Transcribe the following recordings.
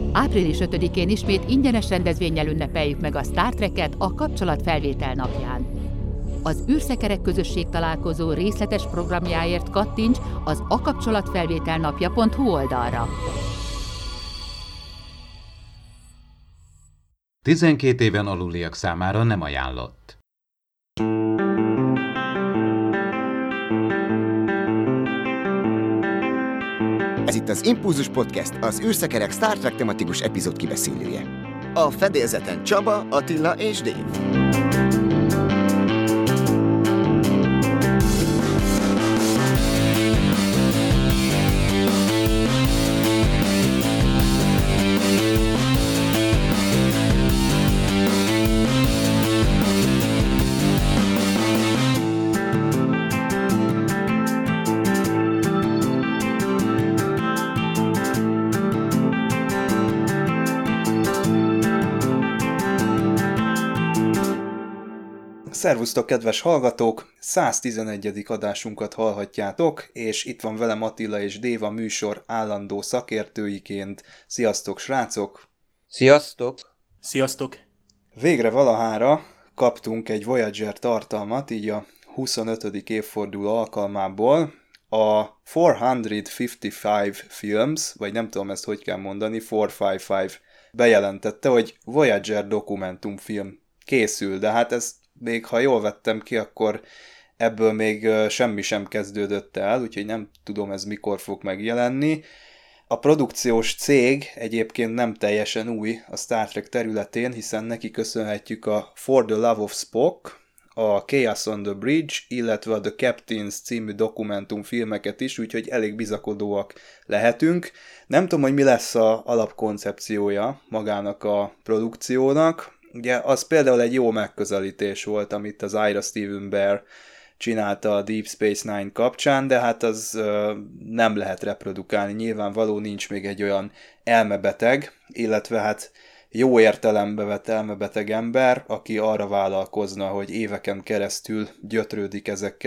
Április 5-én ismét ingyenes rendezvénnyel ünnepeljük meg a Star Trek-et a kapcsolatfelvétel napján. Az űrszekerek közösség találkozó részletes programjáért kattints az akapcsolatfelvételnapja.hu oldalra. 12 éven aluliak számára nem ajánlott. Ez itt az Impulzus Podcast, az űrszekerek Star Trek tematikus epizód kibeszélője. A fedélzeten Csaba, Attila és Dave. Szervusztok, kedves hallgatók! 111. adásunkat hallhatjátok, és itt van velem Attila és Déva a műsor állandó szakértőiként. Sziasztok, srácok! Sziasztok! Sziasztok! Végre valahára kaptunk egy Voyager tartalmat, így a 25. évforduló alkalmából. A 455 Films, vagy nem tudom ezt hogy kell mondani, 455 bejelentette, hogy Voyager dokumentumfilm készül, de hát ez még ha jól vettem ki, akkor ebből még semmi sem kezdődött el, úgyhogy nem tudom ez mikor fog megjelenni. A produkciós cég egyébként nem teljesen új a Star Trek területén, hiszen neki köszönhetjük a For the Love of Spock, a Chaos on the Bridge, illetve a The Captains című dokumentumfilmeket is, úgyhogy elég bizakodóak lehetünk. Nem tudom, hogy mi lesz az alapkoncepciója magának a produkciónak. Ugye az például egy jó megközelítés volt, amit az Ira Steven Behr csinálta a Deep Space Nine kapcsán, de hát az nem lehet reprodukálni. Nyilvánvaló nincs még egy olyan elmebeteg, illetve hát jó értelembe vett elmebeteg ember, aki arra vállalkozna, hogy éveken keresztül gyötrődik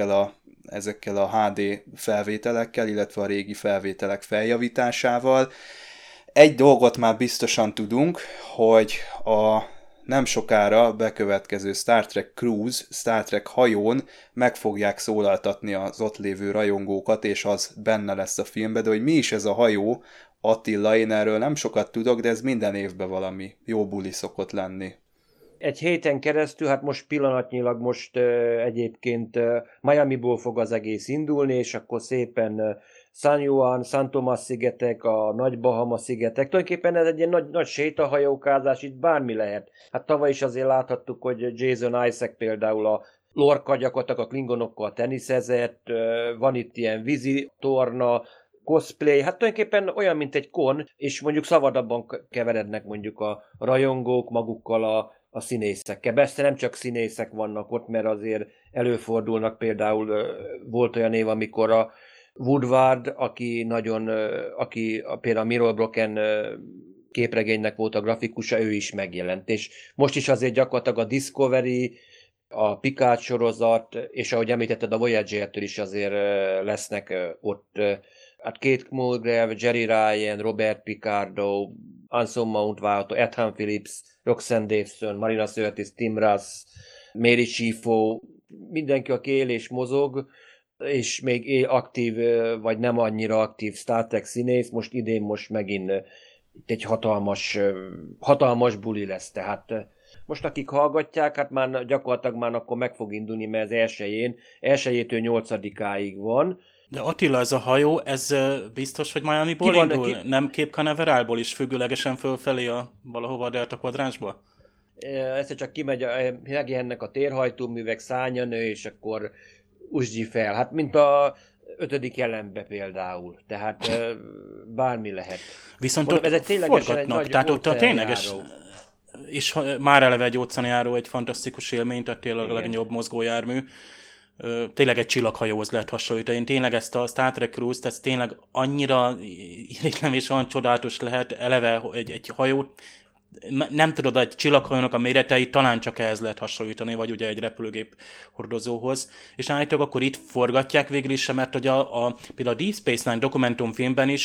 ezekkel a HD felvételekkel, illetve a régi felvételek feljavításával. Egy dolgot már biztosan tudunk, hogy a nem sokára bekövetkező Star Trek Cruise, Star Trek hajón meg fogják szólaltatni az ott lévő rajongókat, és az benne lesz a filmben, de hogy mi is ez a hajó, Attila, én erről nem sokat tudok, de ez minden évben valami jó buli szokott lenni. Egy héten keresztül, hát most pillanatnyilag egyébként Miamiból fog az egész indulni, és akkor szépen San Juan, San Tomás szigetek, a Nagy-Bahama szigetek. Tulajdonképpen ez egy ilyen nagy sétahajókázás, itt bármi lehet. Hát tavaly is azért láthattuk, hogy Jason Isaac például a Lorca gyakorlatilag a klingonokkal teniszezett, van itt ilyen vízi torna, cosplay, hát tulajdonképpen olyan, mint egy kon, és mondjuk szabadabban keverednek mondjuk a rajongók magukkal a színészekkel. Persze nem csak színészek vannak ott, mert azért előfordulnak, például volt olyan év, amikor a Woodward, aki például a Mirror Broken képregénynek volt a grafikusa, ő is megjelent. És most is azért gyakorlatilag a Discovery, a Picard sorozat, és ahogy említetted, a Voyager-től is azért lesznek ott hát Kate Mulgrew, Jerry Ryan, Robert Picardo, Anson Mount Walto, Ethan Phillips, Roxanne Davison, Marina Sirtis, Tim Russ, Mary Chieffo, mindenki, aki él és mozog, és még aktív, vagy nem annyira aktív Star Trek színész, most idén megint egy hatalmas buli lesz, tehát most akik hallgatják, hát már gyakorlatilag már akkor meg fog indulni, mert az 1-től 8-áig van. De Attila, ez a hajó, ez biztos, hogy Miamiból indul? Nem Cape Canaveralból is függőlegesen fölfelé valahova a Delta kvadránsba? Egyszer csak megjelennek a térhajtóművek, szárnyanő, és akkor usgyi fel. Hát mint a 5. jelenbe például. Tehát bármi lehet. Viszont mondom, ott ez forgatnak, tehát ott a tényleges, és már eleve egy óceánjáró, egy fantasztikus élmény, tehát tényleg a legnagyobb mozgójármű. Tényleg egy csillaghajóhoz lehet hasonlítani. Én tényleg ezt a Star Trek Cruise-t, ez tényleg annyira irigylem és olyan csodálatos lehet eleve egy hajót. Nem tudod, egy csillaghajónak a méreteit talán csak ehhez lehet hasonlítani, vagy ugye egy repülőgép hordozóhoz. És állítólag akkor itt forgatják végül is, mert hogy például a Deep Space Nine dokumentumfilmben is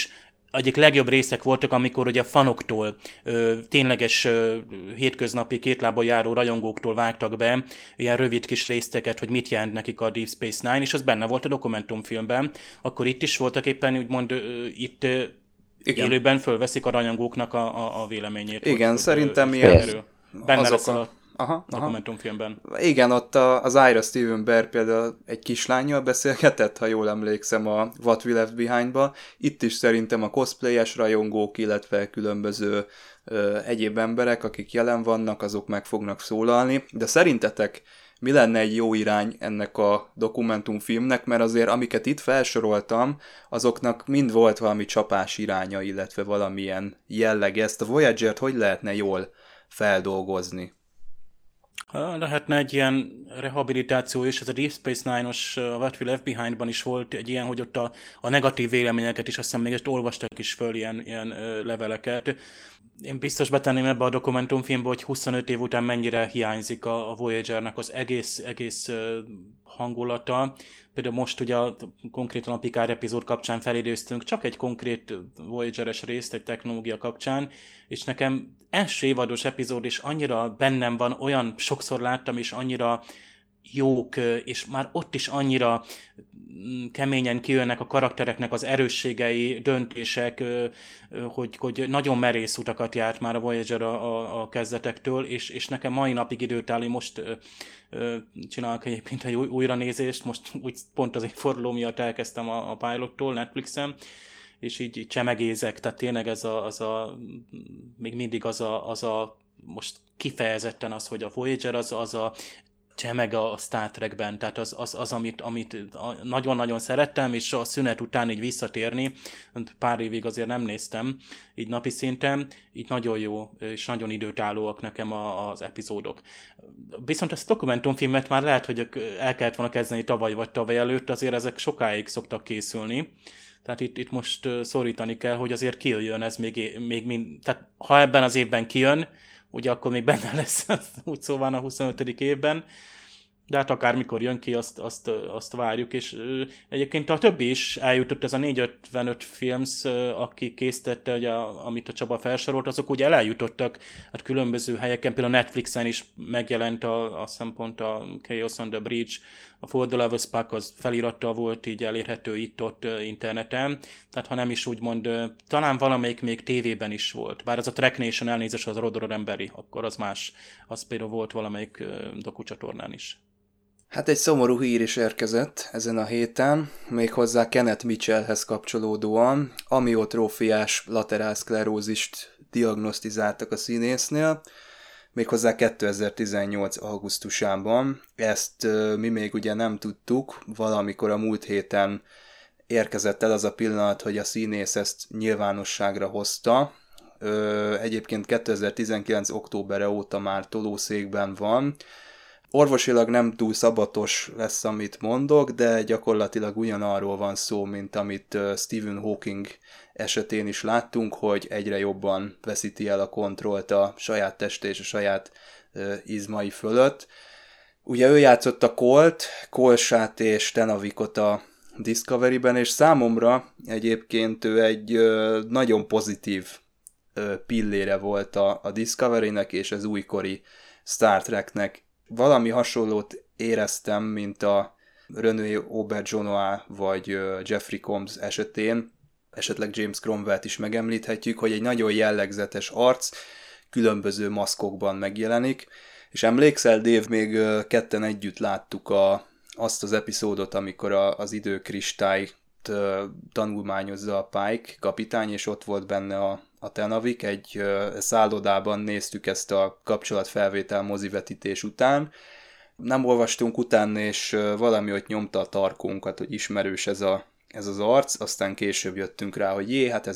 egyik legjobb részek voltak, amikor ugye a fanoktól, tényleges hétköznapi kétlábon járó rajongóktól vágtak be ilyen rövid kis részteket, hogy mit jelent nekik a Deep Space Nine, és az benne volt a dokumentumfilmben. Akkor itt is voltak éppen, úgymond itt élőben fölveszik a rajongóknak a véleményét. Igen, hogy szerintem ilyen... Benne lesz a dokumentumfilmben. Igen, ott az Ira Steven Behr például egy kislánnyal beszélgetett, ha jól emlékszem, a What We Left Behind-ba. Itt is szerintem a cosplayes rajongók, illetve különböző egyéb emberek, akik jelen vannak, azok meg fognak szólalni. De szerintetek mi lenne egy jó irány ennek a dokumentumfilmnek, mert azért amiket itt felsoroltam, azoknak mind volt valami csapás iránya, illetve valamilyen jellege. Ezt a Voyager-t hogy lehetne jól feldolgozni? Lehetne egy ilyen rehabilitáció is, ez a Deep Space Nine-os What We Left Behind-ban is volt egy ilyen, hogy ott a negatív véleményeket is, azt hiszem még ezt olvastak is föl ilyen leveleket. Én biztos betenném ebbe a dokumentumfilmbe, hogy 25 év után mennyire hiányzik a Voyager-nek az egész hangulata. Például most ugye konkrétan a Picard epizód kapcsán felidéztünk csak egy konkrét Voyager-es részt egy technológia kapcsán, és nekem első évados epizód is annyira bennem van, olyan sokszor láttam, és annyira jók, és már ott is annyira keményen kijönnek a karaktereknek az erősségei, döntések, hogy nagyon merész utakat járt már a Voyager a kezdetektől, és nekem mai napig időt áll, most csinálok egyébként egy újranézést, most úgy pont az évforduló miatt elkezdtem a Pilottól, Netflixen, és így csemegézek, tehát tényleg még mindig az a most kifejezetten az, hogy a Voyager az a csemeg a Star Trekben, tehát az amit nagyon-nagyon szerettem, és a szünet után így visszatérni, pár évig azért nem néztem, így napi szinten, így nagyon jó, és nagyon időtállóak nekem az epizódok. Viszont ezt a dokumentumfilmet már lehet, hogy el kellett volna kezdeni tavaly vagy tavaly előtt, azért ezek sokáig szoktak készülni. Tehát itt most szorítani kell, hogy azért kijöjjön ez tehát ha ebben az évben kijön, ugye akkor még benne lesz úgy szóval a 25. évben, de hát akármikor jön ki, azt várjuk, és egyébként a többi is eljutott, ez a 455 Films, aki készítette, ugye, amit a Csaba felsorolt, azok ugye eljutottak hát különböző helyeken, például Netflixen is megjelent azt hiszem pont a Chaos on the Bridge, a For the Love Spark az felirattal volt így elérhető itt-ott interneten, tehát ha nem is úgymond, talán valamelyik még tévében is volt, bár az a Track Nation elnézés az a Rodor Emberi, akkor az más, az például volt valamelyik dokucsatornán is. Hát egy szomorú hír is érkezett ezen a héten, méghozzá Kenneth Mitchellhez kapcsolódóan, amiotrófiás laterálszklerózist diagnosztizáltak a színésznél, méghozzá 2018. augusztusában. Ezt mi még ugye nem tudtuk, valamikor a múlt héten érkezett el az a pillanat, hogy a színész ezt nyilvánosságra hozta. Egyébként 2019. októbere óta már tolószékben van. Orvosilag nem túl szabatos lesz, amit mondok, de gyakorlatilag ugyanarról van szó, mint amit Stephen Hawking esetén is láttunk, hogy egyre jobban veszíti el a kontrollt a saját teste és a saját izmai fölött. Ugye ő játszott a Colsát és Tenavikot a Discovery-ben, és számomra egyébként ő egy nagyon pozitív pillére volt a Discovery-nek és az újkori Star Treknek. Valami hasonlót éreztem, mint a René Auberjonois vagy Jeffrey Combs esetén, esetleg James Cromwell-t is megemlíthetjük, hogy egy nagyon jellegzetes arc különböző maszkokban megjelenik, és emlékszel, Dave, még ketten együtt láttuk azt az epizódot, amikor az időkristályt tanulmányozza a Pike kapitány, és ott volt benne a Tenavik, egy szállodában néztük ezt a kapcsolatfelvétel mozivetítés után. Nem olvastunk utána, és valami ott nyomta a tarkónkat, hogy ismerős ez az arc, aztán később jöttünk rá, hogy hát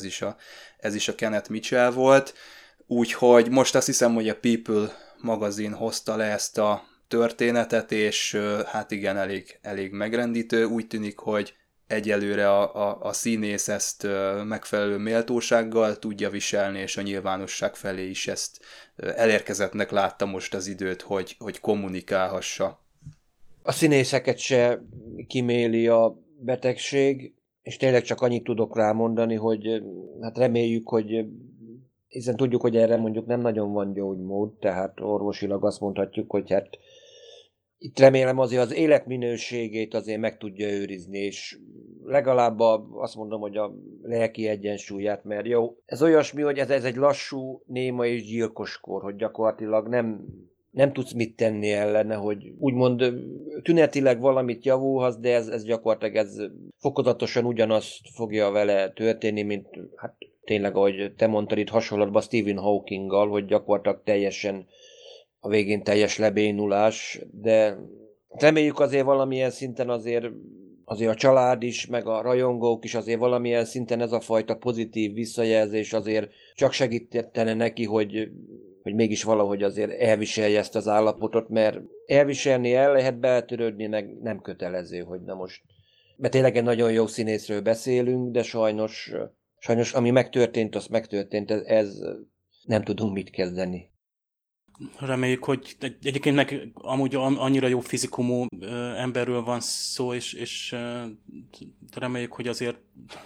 ez is a Kenneth Mitchell volt, úgyhogy most azt hiszem, hogy a People magazin hozta le ezt a történetet, és hát igen, elég megrendítő. Úgy tűnik, hogy egyelőre a színész ezt megfelelő méltósággal tudja viselni, és a nyilvánosság felé is ezt elérkezettnek látta most az időt, hogy kommunikálhassa. A színészeket se kiméli a betegség, és tényleg csak annyit tudok rámondani, hogy hát reméljük, hogy hiszen tudjuk, hogy erre mondjuk nem nagyon van gyógymód, tehát orvosilag azt mondhatjuk, hogy hát itt remélem azért az életminőségét azért meg tudja őrizni, és legalább azt mondom, hogy a lelki egyensúlyát, mert jó, ez olyasmi, hogy ez egy lassú, néma és gyilkos kor, hogy gyakorlatilag nem tudsz mit tenni ellene, hogy úgymond tünetileg valamit javulhatsz, de ez gyakorlatilag ez fokozatosan ugyanazt fogja vele történni, mint hát tényleg, ahogy te mondtad itt hasonlatban Stephen Hawkinggal, hogy gyakorlatilag teljesen a végén teljes lebénulás, de reméljük azért valamilyen szinten azért a család is, meg a rajongók is azért valamilyen szinten ez a fajta pozitív visszajelzés azért csak segítene neki, hogy mégis valahogy azért elviselje ezt az állapotot, mert elviselni el lehet, beltörődni meg nem kötelező, hogy na most. Mert tényleg egy nagyon jó színészről beszélünk, de sajnos ami megtörtént, az megtörtént, ez nem tudunk mit kezdeni. Reméljük, hogy egyébként meg amúgy annyira jó fizikumú emberről van szó, és reméljük, hogy azért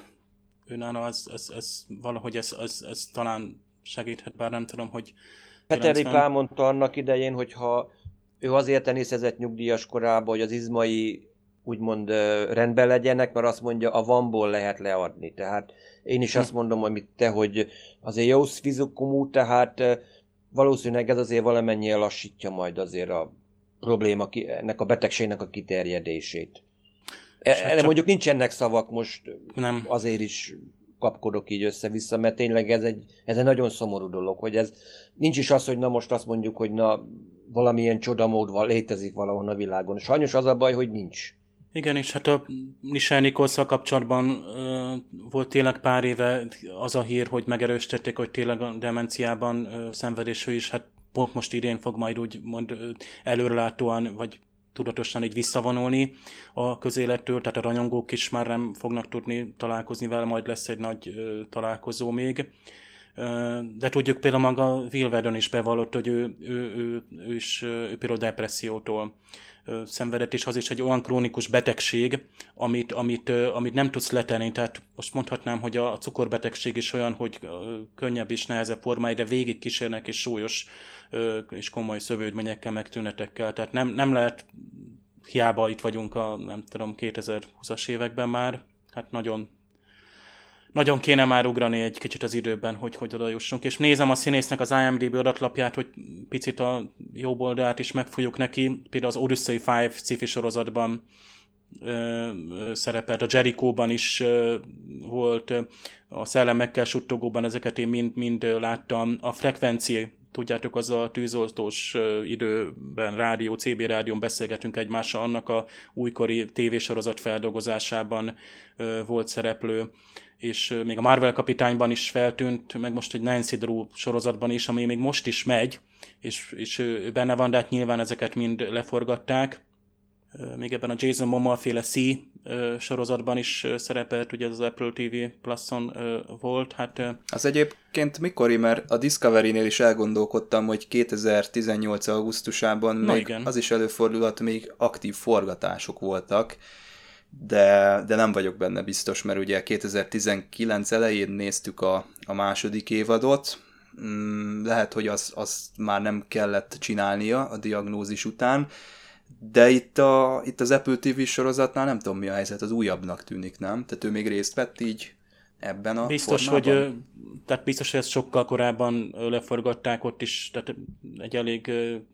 önálló ez valahogy ez talán segíthet, bár nem tudom, hogy... Peteri Pál mondta annak idején, hogyha ő azért tenészezett nyugdíjas korában, hogy az izmai úgymond rendben legyenek, mert azt mondja, a vanból lehet leadni. Tehát én is azt mondom, hogy azért jó fizikumú, tehát valószínűleg ez azért valamennyire lassítja majd azért a probléma, ennek a betegségnek a kiterjedését. Erre mondjuk nincsenek szavak most, nem. Azért is kapkodok így össze-vissza, mert tényleg ez egy nagyon szomorú dolog, hogy ez nincs is az, hogy na most azt mondjuk, hogy na valamilyen csodamód létezik valahol a világon. Sajnos az a baj, hogy nincs. Igen, és hát a Nichelle Nicholsszal kapcsolatban volt tényleg pár éve az a hír, hogy megerősítették, hogy tényleg a demenciában szenvedésű is, hát pont most idén fog majd úgymond előrelátóan, vagy tudatosan így visszavonulni a közélettől, tehát a rajongók is már nem fognak tudni találkozni vele, majd lesz egy nagy találkozó még. De tudjuk például maga Will Wheaton is bevallott, hogy ő például depressziótól szenvedett, és az is egy olyan krónikus betegség, amit nem tudsz letenni. Tehát most mondhatnám, hogy a cukorbetegség is olyan, hogy könnyebb és nehezebb formái, de végig kísérnek és súlyos és komoly szövődményekkel, meg tünetekkel. Tehát nem lehet, hiába itt vagyunk a, nem tudom, 2020-as években már, hát nagyon kéne már ugrani egy kicsit az időben, hogy oda jussunk. És nézem a színésznek az IMDb adatlapját, hogy picit a jobb oldalát is megfújjuk neki. Például az Odyssey 5 sci-fi sorozatban szerepelt, a Jericho-ban is volt, a Szellemekkel suttogóban, ezeket én mind láttam. A Frekvenci, tudjátok, az a tűzoltós időben CB rádión beszélgetünk egymással, annak a újkori tévésorozat feldolgozásában volt szereplő, és még a Marvel kapitányban is feltűnt, meg most egy Nancy Drew sorozatban is, ami még most is megy, és benne van, de hát nyilván ezeket mind leforgatták. Még ebben a Jason Momoa-féle C sorozatban is szerepelt, ugye az Apple TV Plus-on volt. Hát, az egyébként mikori, mert a Discovery-nél is elgondolkodtam, hogy 2018. augusztusában még az is előfordulhat, még aktív forgatások voltak, de nem vagyok benne biztos, mert ugye 2019 elején néztük a második évadot, lehet, hogy azt már nem kellett csinálnia a diagnózis után, de itt az Apple TV sorozatnál nem tudom, mi a helyzet, az újabbnak tűnik, nem? Tehát ő még részt vett így ebben a biztos, formában? Tehát biztos, hogy ezt sokkal korábban leforgatták ott is, tehát egy elég,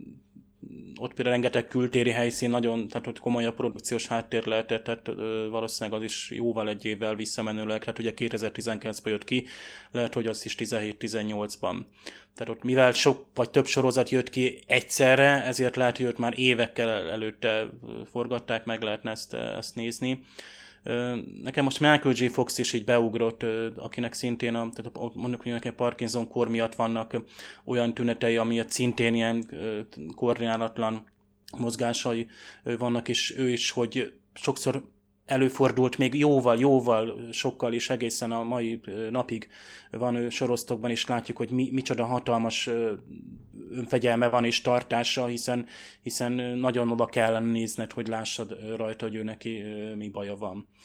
ott például rengeteg kültéri helyszín, nagyon, tehát ott komolyabb produkciós háttér lehetett, tehát valószínűleg az is jóval egy évvel visszamenőleg, tehát ugye 2019-ben jött ki, lehet, hogy az is 17-18-ban. Tehát ott mivel sok vagy több sorozat jött ki egyszerre, ezért lehet, hogy ott már évekkel előtte forgatták, meg lehetne ezt nézni. Nekem most Michael J. Fox is így beugrott, akinek szintén, tehát mondjuk, hogy neki Parkinson-kór miatt vannak olyan tünetei, amiatt szintén ilyen koordinálatlan mozgásai vannak, és ő is, hogy sokszor előfordult még sokkal is egészen a mai napig van ő sorozatokban, és látjuk, hogy micsoda hatalmas önfegyelme van és tartása, hiszen nagyon oda kellene nézned, hogy lássad rajta, hogy ő neki mi baja van.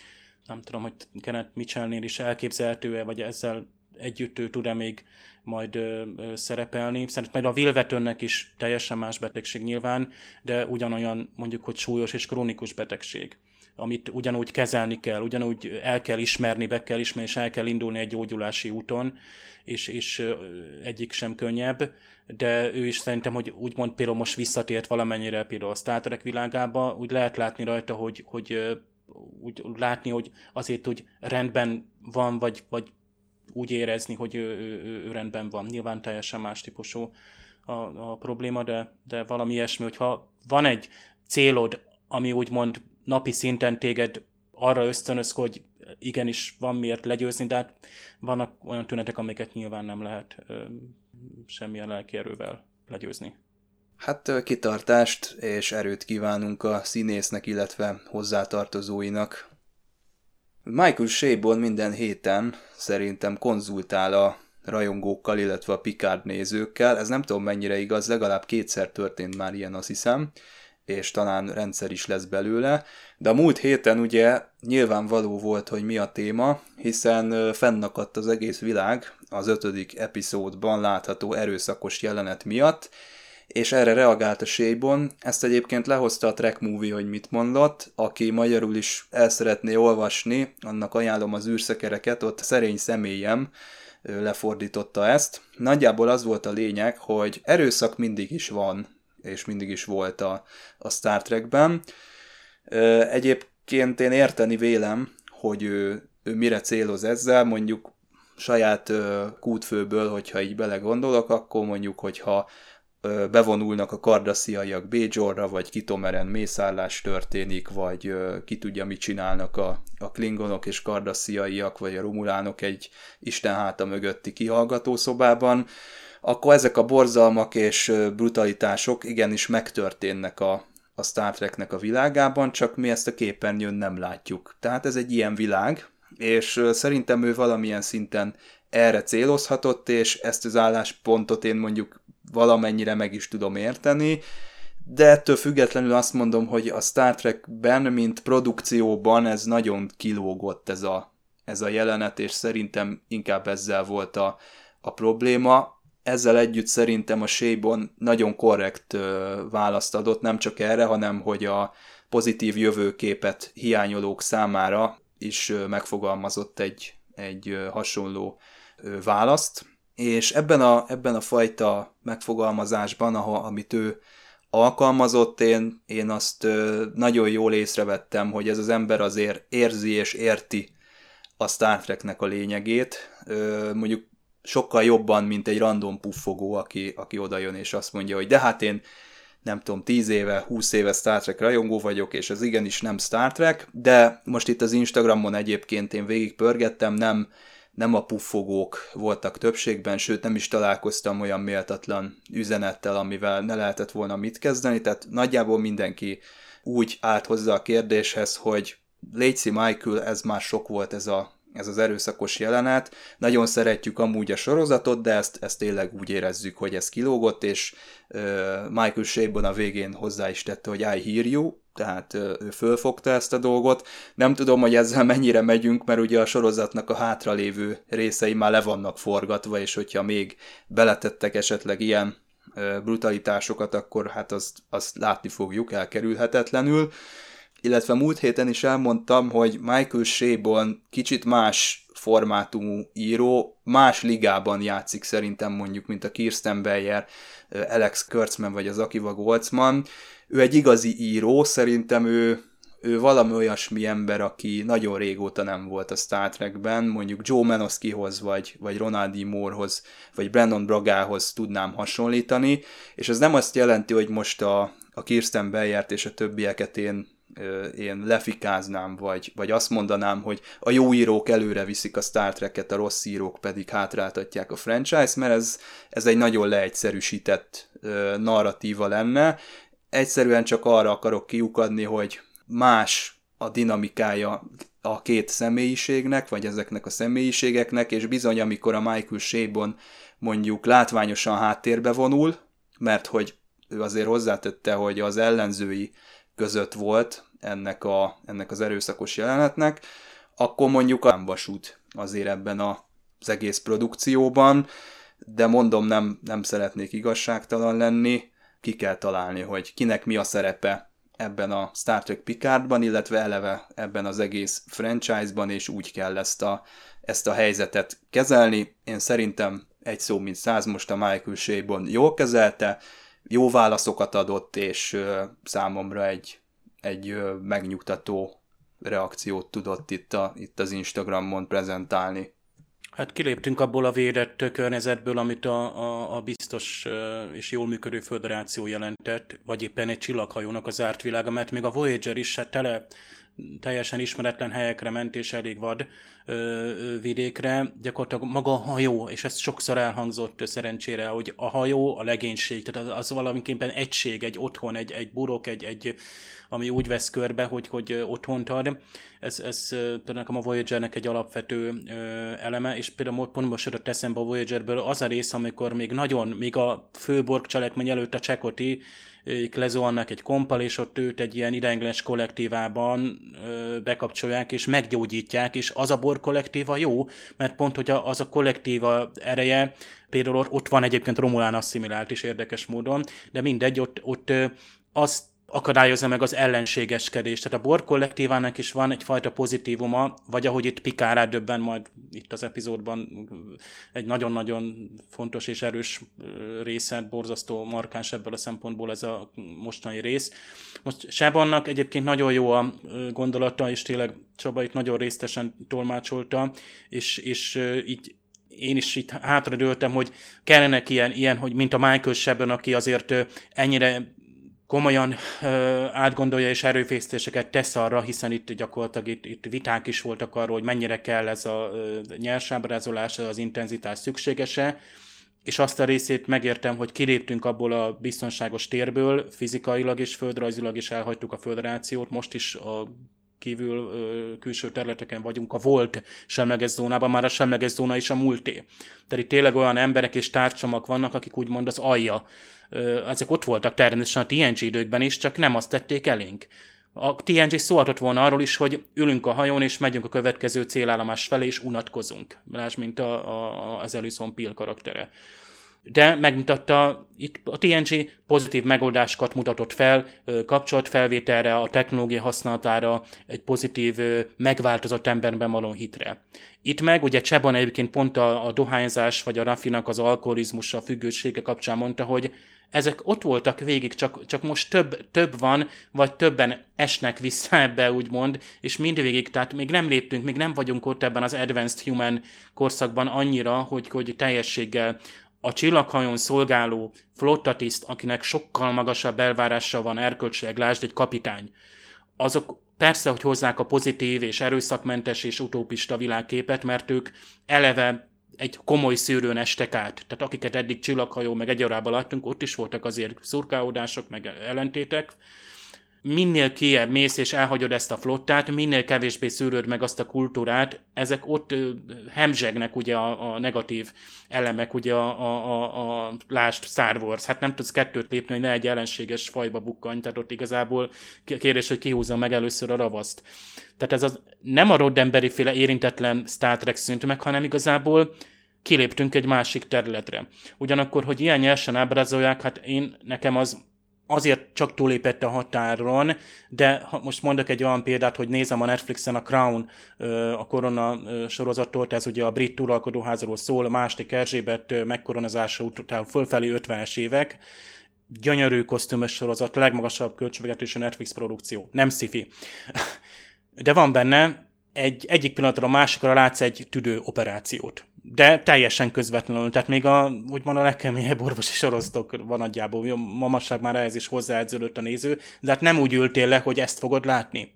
nem tudom, hogy Kenneth Mitchellnél is elképzelhető-e, vagy ezzel együtt ő tud-e még majd szerepelni. Szerintem majd a Will Wheatonnek is teljesen más betegség nyilván, de ugyanolyan mondjuk, hogy súlyos és krónikus betegség, amit ugyanúgy kezelni kell, ugyanúgy el kell ismerni, be kell ismerni, és el kell indulni egy gyógyulási úton, és egyik sem könnyebb, de ő is szerintem, hogy úgymond például most visszatért valamennyire például a Star Trek világába, úgy lehet látni rajta, hogy úgy látni, hogy azért úgy rendben van, vagy úgy érezni, hogy ő rendben van. Nyilván teljesen más típusú a probléma, de valami ilyesmi, hogyha van egy célod, ami úgymond napi szinten téged arra ösztönöz, hogy igenis van miért legyőzni, de hát vannak olyan tünetek, amiket nyilván nem lehet semmilyen lelki erővel legyőzni. Hát kitartást és erőt kívánunk a színésznek, illetve hozzátartozóinak. Michael Chabon minden héten szerintem konzultál a rajongókkal, illetve a Picard nézőkkel. Ez nem tudom mennyire igaz, legalább 2-szer történt már ilyen, azt hiszem, és talán rendszer is lesz belőle. De a múlt héten ugye nyilvánvaló volt, hogy mi a téma, hiszen fennakadt az egész világ az 5. epizódban látható erőszakos jelenet miatt, és erre reagált a Chabon. Ezt egyébként lehozta a Trek Movie, hogy mit mondott. Aki magyarul is el szeretné olvasni, annak ajánlom az űrszekereket, ott Szerény személyem lefordította ezt. Nagyjából az volt a lényeg, hogy erőszak mindig is van, és mindig is volt a Star Trekben. Egyébként én érteni vélem, hogy ő mire céloz ezzel, mondjuk saját kútfőből, hogyha így belegondolok, akkor mondjuk, hogyha bevonulnak a kardasziaiak Bajorra, vagy Kitomeren mészárlás történik, vagy ki tudja, mit csinálnak a klingonok és kardassziaiak, vagy a romulánok egy Isten háta mögötti kihallgatószobában, akkor ezek a borzalmak és brutalitások igenis megtörténnek a Star Treknek a világában, csak mi ezt a képernyőn nem látjuk. Tehát ez egy ilyen világ, és szerintem ő valamilyen szinten erre célozhatott, és ezt az álláspontot én mondjuk valamennyire meg is tudom érteni, de ettől függetlenül azt mondom, hogy a Star Trekben, mint produkcióban ez nagyon kilógott ez a jelenet, és szerintem inkább ezzel volt a probléma. Ezzel együtt szerintem a Chabon nagyon korrekt választ adott, nem csak erre, hanem hogy a pozitív jövőképet hiányolók számára is megfogalmazott egy hasonló választ. És ebben a fajta megfogalmazásban, amit ő alkalmazott, én azt nagyon jól észrevettem, hogy ez az ember azért érzi és érti a Star Treknek a lényegét, mondjuk sokkal jobban, mint egy random puffogó, aki oda jön és azt mondja, hogy de hát én nem tudom, 10 éve, 20 éve Star Trek rajongó vagyok, és ez igenis nem Star Trek, de most itt az Instagramon egyébként én végigpörgettem, nem a puffogók voltak többségben, sőt nem is találkoztam olyan méltatlan üzenettel, amivel ne lehetett volna mit kezdeni, tehát nagyjából mindenki úgy állt hozzá a kérdéshez, hogy létszi Michael, ez már sok volt ez az erőszakos jelenet, nagyon szeretjük amúgy a sorozatot, de ezt tényleg úgy érezzük, hogy ez kilógott, és Michael Chabon a végén hozzá is tette, hogy I hear you, tehát ő fölfogta ezt a dolgot. Nem tudom, hogy ezzel mennyire megyünk, mert ugye a sorozatnak a hátralévő részei már le vannak forgatva, és hogyha még beletettek esetleg ilyen brutalitásokat, akkor hát azt látni fogjuk elkerülhetetlenül. Illetve múlt héten is elmondtam, hogy Michael Chabon kicsit más formátumú író, más ligában játszik szerintem mondjuk, mint a Kirsten Beyer, Alex Kurtzman vagy az Akiva Goldsman. Ő egy igazi író, szerintem ő valami olyasmi ember, aki nagyon régóta nem volt a Star Trekben, mondjuk Joe Menoskyhoz, vagy Ronald D. Moorehoz, vagy Brandon Bragához tudnám hasonlítani, és ez nem azt jelenti, hogy most a Kirsten Beyert és a többieket én lefikáznám, vagy azt mondanám, hogy a jó írók előre viszik a Star Trek-et, a rossz írók pedig hátráltatják a franchise, mert ez egy nagyon leegyszerűsített narratíva lenne. Egyszerűen csak arra akarok kiukadni, hogy más a dinamikája a két személyiségnek, vagy ezeknek a személyiségeknek, és bizony, amikor a Michael Chabon mondjuk látványosan háttérbe vonul, mert hogy ő azért hozzátette, hogy az ellenzői között volt ennek az erőszakos jelenetnek, akkor mondjuk a vasút azért ebben az egész produkcióban, de mondom, nem szeretnék igazságtalan lenni, ki kell találni, hogy kinek mi a szerepe ebben a Star Trek Picardban, illetve eleve ebben az egész franchise-ban, és úgy kell ezt a helyzetet kezelni. Én szerintem egy szó mint 100, most a Michael Chabon jól kezelte, jó válaszokat adott, és számomra egy megnyugtató reakciót tudott itt az Instagramon prezentálni. Hát kiléptünk abból a védett környezetből, amit a biztos és jól működő föderáció jelentett, vagy éppen egy csillaghajónak az zárt világa, mert még a Voyager is hát teljesen ismeretlen helyekre ment, és elég vad vidékre. Gyakorlatilag maga a hajó, és ez sokszor elhangzott szerencsére, hogy a hajó a legénység, tehát az valamiképpen egység, egy otthon, egy burok, ami úgy vesz körbe, hogy otthont ad. Ez például nekem a Voyagernek egy alapvető eleme, és például pont most jutott eszembe a Voyagerből az a rész, amikor még a főborg cselekmény előtt a Chakotay lezuhannak egy kompal, és ott őt egy ilyen ideiglenes kollektívában bekapcsolják, és meggyógyítják, és az a Borg kollektíva jó, mert pont, hogy az a kollektíva ereje, például ott van egyébként Romulán asszimilált is érdekes módon, de mindegy, ott azt akadályozza meg az ellenségeskedést. Tehát a Borg kollektívának is van egyfajta pozitívuma, vagy ahogy itt Picard rádöbben majd itt az epizódban egy nagyon-nagyon fontos és erős része, borzasztó markáns ebből a szempontból ez a mostani rész. Most Chabonnak egyébként nagyon jó a gondolata, és tényleg Csaba itt nagyon részletesen tolmácsolta, és így én is itt hátradőltem, hogy kellenek ilyen, hogy mint a Michael Chabon, aki azért ennyire komolyan átgondolja és erőfeszítéseket tesz arra, hiszen itt gyakorlatilag itt viták is voltak arról, hogy mennyire kell ez a nyersábrázolás, az intenzitás szükséges-e, és azt a részét megértem, hogy kiléptünk abból a biztonságos térből, fizikailag és földrajzilag is elhagytuk a föderációt, most is a külső területeken vagyunk, a volt semleges zónában, már a semleges zóna is a múlté. Tehát itt tényleg olyan emberek és tárcsamak vannak, akik úgymond az alja. Ezek ott voltak természetesen a TNG időkben is, csak nem azt tették elénk. A TNG szólhatott volna arról is, hogy ülünk a hajón, és megyünk a következő célállomás felé, és unatkozunk. Lásd, mint az Alison Pill karaktere. De megmutatta, itt a TNG pozitív megoldásokat mutatott fel, kapcsolatfelvételre, a technológia használatára, egy pozitív, megváltozott emberben való hitre. Itt meg, ugye Chabon egyébként pont a dohányzás, vagy a Raffinak az alkoholizmusa, függősége kapcsán mondta, hogy ezek ott voltak végig, csak most több van, vagy többen esnek vissza ebbe, úgymond, és mindvégig, tehát még nem léptünk, még nem vagyunk ott ebben az Advanced Human korszakban annyira, hogy teljességgel a csillaghajón szolgáló flottatiszt, akinek sokkal magasabb elvárása van erkölcsileg, lásd egy kapitány, azok persze, hogy hozzák a pozitív és erőszakmentes és utópista világképet, mert ők eleve egy komoly szűrőn estek át. Tehát akiket eddig csillaghajó meg egyarában láttunk, ott is voltak azért szurkálódások, meg ellentétek. Minél kiebb mész és elhagyod ezt a flottát, minél kevésbé szűrőd meg azt a kultúrát, ezek ott hemzsegnek ugye a negatív elemek, ugye a lásd Star Wars. Hát nem tudsz kettőt lépni, hogy ne egy ellenséges fajba bukkanj, tehát ott igazából kérdés, hogy kihúzza meg először a ravaszt. Tehát ez nem a Roddenberry féle érintetlen Star Trek szűnt meg, hanem igazából kiléptünk egy másik területre. Ugyanakkor, hogy ilyen nyersen ábrázolják, hát nekem az azért csak túlépett a határon, de most mondok egy olyan példát, hogy nézem a Netflixen a Crown, a korona sorozatot, ez ugye a brit uralkodóházról szól, a második Erzsébet megkoronazása után fölfelé 50-es évek, gyönyörű kosztümös sorozat, legmagasabb költségvetésű Netflix produkció, nem sci-fi. De van benne, egyik pillanatra a másikra látsz egy tüdő operációt. De teljesen közvetlenül, tehát még úgymond a legkeményebb orvosi sorozatok van nagyjából, manapság már ehhez is hozzáedződött a néző, de hát nem úgy ültél le, hogy ezt fogod látni.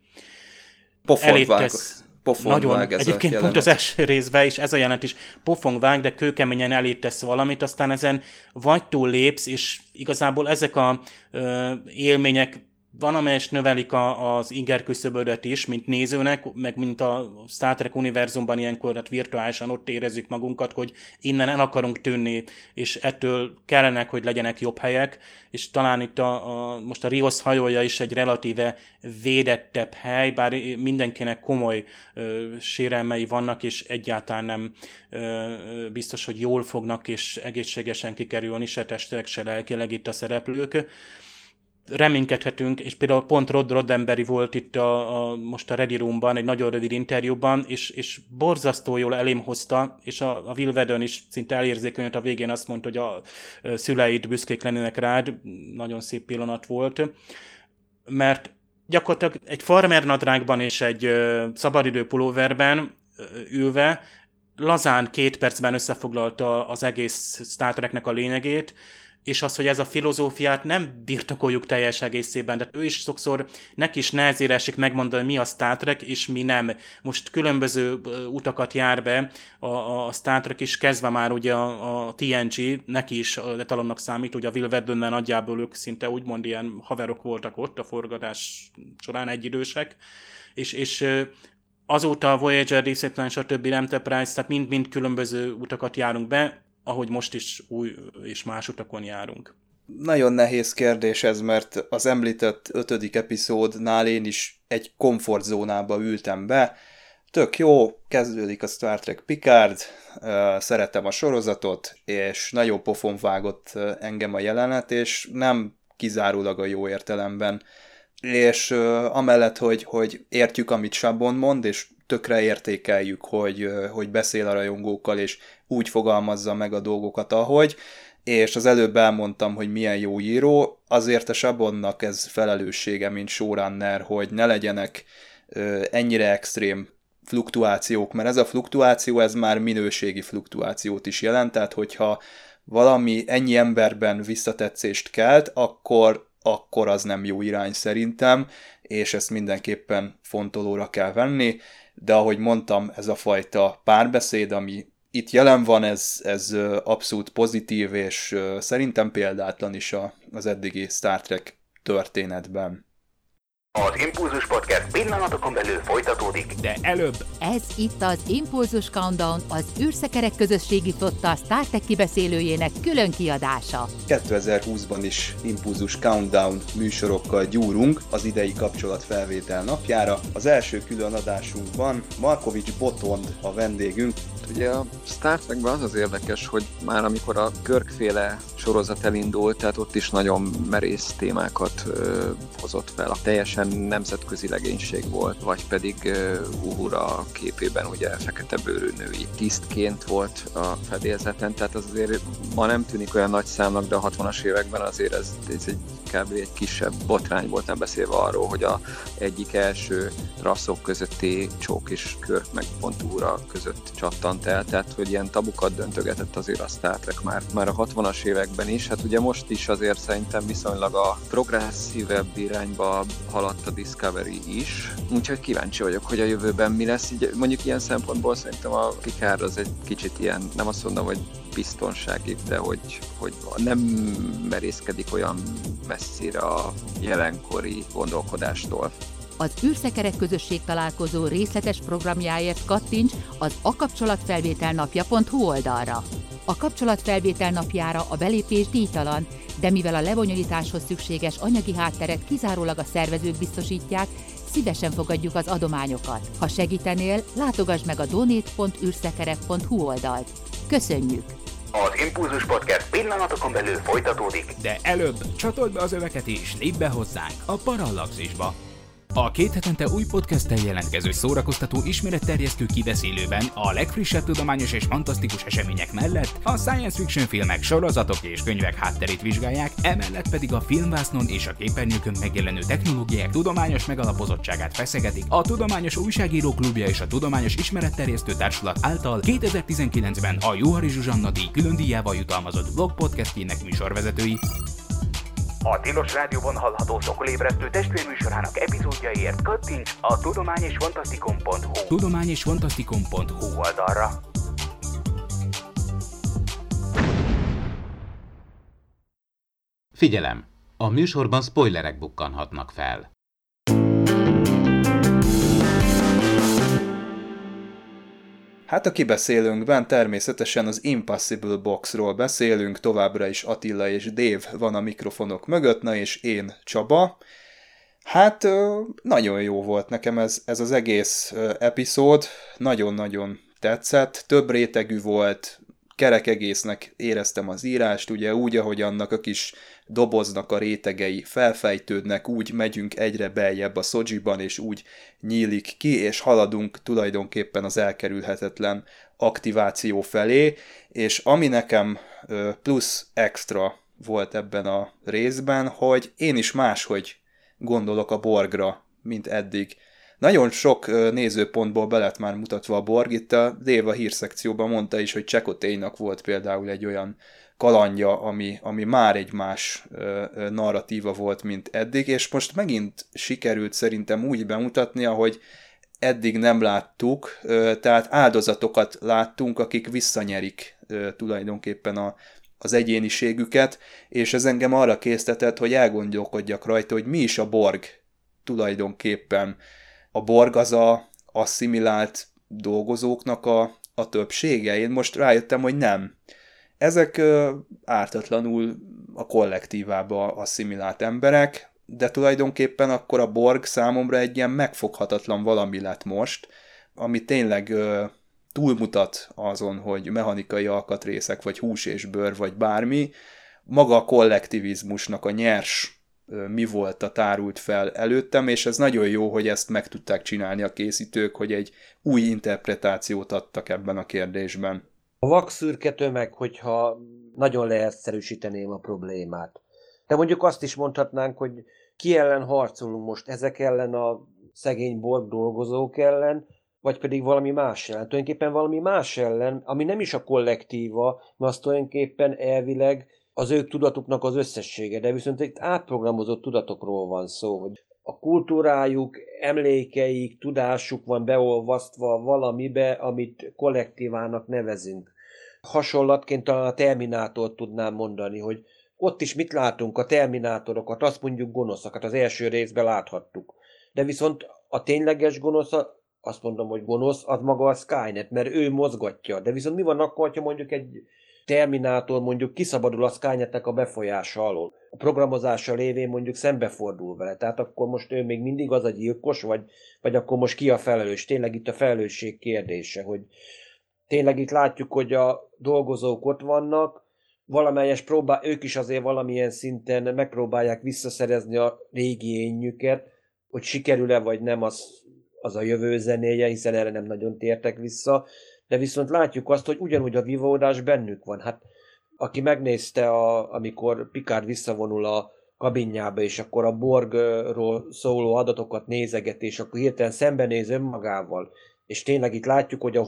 Pofongvág ez egyébként a pont az első részben is ez a jelenet is pofongvág, de kőkeményen elítesz valamit, aztán ezen vagy túl lépsz, és igazából ezek a élmények van, amelyest növelik az inger küszöbödet is, mint nézőnek, meg mint a Star Trek univerzumban ilyenkor, hát virtuálisan ott érezzük magunkat, hogy innen el akarunk tűnni, és ettől kellenek, hogy legyenek jobb helyek, és talán itt most a Rios hajója is egy relatíve védettebb hely, bár mindenkinek komoly sérelmei vannak, és egyáltalán nem biztos, hogy jól fognak és egészségesen kikerülni, se testileg, se lelkileg itt a szereplők. Reménykedhetünk, és például pont Rod Roddenberry volt itt most a Ready Roomban, egy nagyon rövid interjúban, és borzasztó jól elém hozta, és a Will Whedon is szinte elérzékenyült a végén, azt mondta, hogy a szüleid büszkék lennének rád, nagyon szép pillanat volt, mert gyakorlatilag egy farmer nadrágban és egy szabadidő pulóverben ülve lazán 2 percben összefoglalta az egész Star Treknek a lényegét, és az, hogy ez a filozófiát nem birtokoljuk teljes egészében, de ő is sokszor neki is nehezére esik megmondani, mi a Star Trek, és mi nem. Most különböző utakat jár be a Star Trek is, kezdve már ugye a TNG, neki is etalonnak számít, ugye a Will Whedonnel nagyjából ők szinte úgymond ilyen haverok voltak ott a forgatás során, egyidősek, és azóta a Voyager, Deep Space Nine, stb. Enterprise, tehát mind különböző utakat járunk be, ahogy most is új és más utakon járunk. Nagyon nehéz kérdés ez, mert az említett 5. epizódnál én is egy komfortzónába ültem be. Tök jó, kezdődik a Star Trek Picard, szeretem a sorozatot, és nagyon pofon vágott engem a jelenet, és nem kizárólag a jó értelemben. És amellett, hogy értjük, amit Chabon mond, és tökre értékeljük, hogy beszél a rajongókkal, és úgy fogalmazza meg a dolgokat, ahogy, és az előbb elmondtam, hogy milyen jó író, azért a Chabonnak ez felelőssége, mint showrunner, hogy ne legyenek ennyire extrém fluktuációk, mert ez a fluktuáció, ez már minőségi fluktuációt is jelent, tehát hogyha valami ennyi emberben visszatetszést kelt, akkor az nem jó irány szerintem, és ezt mindenképpen fontolóra kell venni, de ahogy mondtam, ez a fajta párbeszéd, ami itt jelen van, ez abszolút pozitív, és szerintem példátlan is az eddigi Star Trek történetben. Az Impulzus Podcast pillanatokon belül folytatódik, de előbb... Ez itt az Impulzus Countdown, az űrszekerek közösségi flotta Star Trek kibeszélőjének külön kiadása. 2020-ban is Impulzus Countdown műsorokkal gyúrunk az idei kapcsolatfelvétel napjára. Az első külön adásunkban Markovics Botond a vendégünk. Ugye a Star Trekben az érdekes, hogy már amikor a Kirk-féle sorozat elindult, tehát ott is nagyon merész témákat hozott fel. A teljesen nemzetközi legénység volt, vagy pedig Uhura képében ugye fekete bőrű női tisztként volt a fedélzeten, tehát az azért ma nem tűnik olyan nagy számnak, de a 60-as években azért ez kb. Egy kisebb botrány volt, nem beszélve arról, hogy a egyik első rasszok közötti csók és Kirk meg pont Uhura között csattant el, tehát hogy ilyen tabukat döntögetett azért a Star Trek már a 60-as években is. Hát ugye most is azért szerintem viszonylag a progresszívebb irányba haladt a Discovery is, úgyhogy kíváncsi vagyok, hogy a jövőben mi lesz. Így, mondjuk ilyen szempontból szerintem a Picard az egy kicsit ilyen, nem azt mondom, hogy biztonsági, de hogy nem merészkedik olyan messzire a jelenkori gondolkodástól. Az űrszekerek közösség találkozó részletes programjáért kattints az akapcsolatfelvételnapja.hu oldalra. A kapcsolatfelvétel napjára a belépés díjtalan, de mivel a lebonyolításhoz szükséges anyagi hátteret kizárólag a szervezők biztosítják, szívesen fogadjuk az adományokat. Ha segítenél, látogass meg a donate.űrszekerek.hu oldalt. Köszönjük! Az Impulzus Podcast pillanatokon belül folytatódik, de előbb csatold be az öveket és lépj be hozzánk a Parallaxisba. A 2 hetente új podcasttel jelentkező szórakoztató ismeretterjesztő kibeszélőben a legfrissebb tudományos és fantasztikus események mellett a science fiction filmek, sorozatok és könyvek hátterét vizsgálják, emellett pedig a filmvásznon és a képernyőkön megjelenő technológiák tudományos megalapozottságát feszegetik a Tudományos Újságírók Klubja és a Tudományos Ismeretterjesztő Társulat által 2019-ben a Juhari Zsuzsanna díj külön díjával jutalmazott blog podcastjének műsorvezetői. A Tilos Rádióban hallható szokolébresztő testvérműsorának epizódjaiért kattints a tudományosfantasztikum.hu oldalra. Figyelem! A műsorban spoilerek bukkanhatnak fel. Hát a kibeszélőnkben természetesen az Impossible Boxról beszélünk, továbbra is Attila és Dave van a mikrofonok mögött, na és én Csaba. Hát nagyon jó volt nekem ez az egész epizód, nagyon-nagyon tetszett, több rétegű volt, kerek egésznek éreztem az írást, ugye úgy, ahogy annak a kis doboznak a rétegei felfejtődnek, úgy megyünk egyre beljebb a Sojiban, és úgy nyílik ki, és haladunk tulajdonképpen az elkerülhetetlen aktiváció felé, és ami nekem plusz extra volt ebben a részben, hogy én is máshogy gondolok a Borgra, mint eddig. Nagyon sok nézőpontból be lett már mutatva a Borg, itt a Dave a hírszekcióban mondta is, hogy Chakotaynak volt például egy olyan kalandja, ami már egy más narratíva volt, mint eddig, és most megint sikerült szerintem úgy bemutatni, ahogy eddig nem láttuk, tehát áldozatokat láttunk, akik visszanyerik tulajdonképpen az egyéniségüket, és ez engem arra késztetett, hogy elgondolkodjak rajta, hogy mi is a Borg tulajdonképpen. A Borg az a asszimilált dolgozóknak a többsége. Én most rájöttem, hogy nem. Ezek ártatlanul a kollektívába asszimilált emberek, de tulajdonképpen akkor a Borg számomra egy ilyen megfoghatatlan valami lett most, ami tényleg túlmutat azon, hogy mechanikai alkatrészek, vagy hús és bőr, vagy bármi. Maga a kollektivizmusnak a nyers mi volt a tárult fel előttem, és ez nagyon jó, hogy ezt meg tudták csinálni a készítők, hogy egy új interpretációt adtak ebben a kérdésben. A vakszürke tömeg, hogyha nagyon leegyszerűsíteném a problémát. De mondjuk azt is mondhatnánk, hogy ki ellen harcolunk most, ezek ellen a szegény Borg dolgozók ellen, vagy pedig valami más ellen. Tulajdonképpen valami más ellen, ami nem is a kollektíva, mert az tulajdonképpen elvileg az ők tudatuknak az összessége, de viszont itt átprogramozott tudatokról van szó, hogy a kultúrájuk, emlékeik, tudásuk van beolvasztva valamibe, amit kollektívának nevezünk. Hasonlatként talán a Terminátort tudnám mondani, hogy ott is mit látunk, a terminátorokat, azt mondjuk gonoszakat, az első részben láthattuk. De viszont a tényleges gonosz, azt mondom, hogy gonosz, az maga a Skynet, mert ő mozgatja. De viszont mi van akkor, ha mondjuk egy Terminátor mondjuk kiszabadul a Skynetnek a befolyása alól? A programozása lévén mondjuk szembefordul vele. Tehát akkor most ő még mindig az a gyilkos, vagy akkor most ki a felelős? Tényleg itt a felelősség kérdése, hogy tényleg itt látjuk, hogy a dolgozók ott vannak, valamelyes ők is azért valamilyen szinten megpróbálják visszaszerezni a régi énjüket, hogy sikerül-e vagy nem, az a jövő zenéje, hiszen erre nem nagyon tértek vissza, de viszont látjuk azt, hogy ugyanúgy a vívódás bennük van. Hát aki megnézte, amikor Picard visszavonul a kabinjába, és akkor a Borgról szóló adatokat nézeget, és akkor hirtelen szembenéz önmagával, és tényleg itt látjuk, hogy a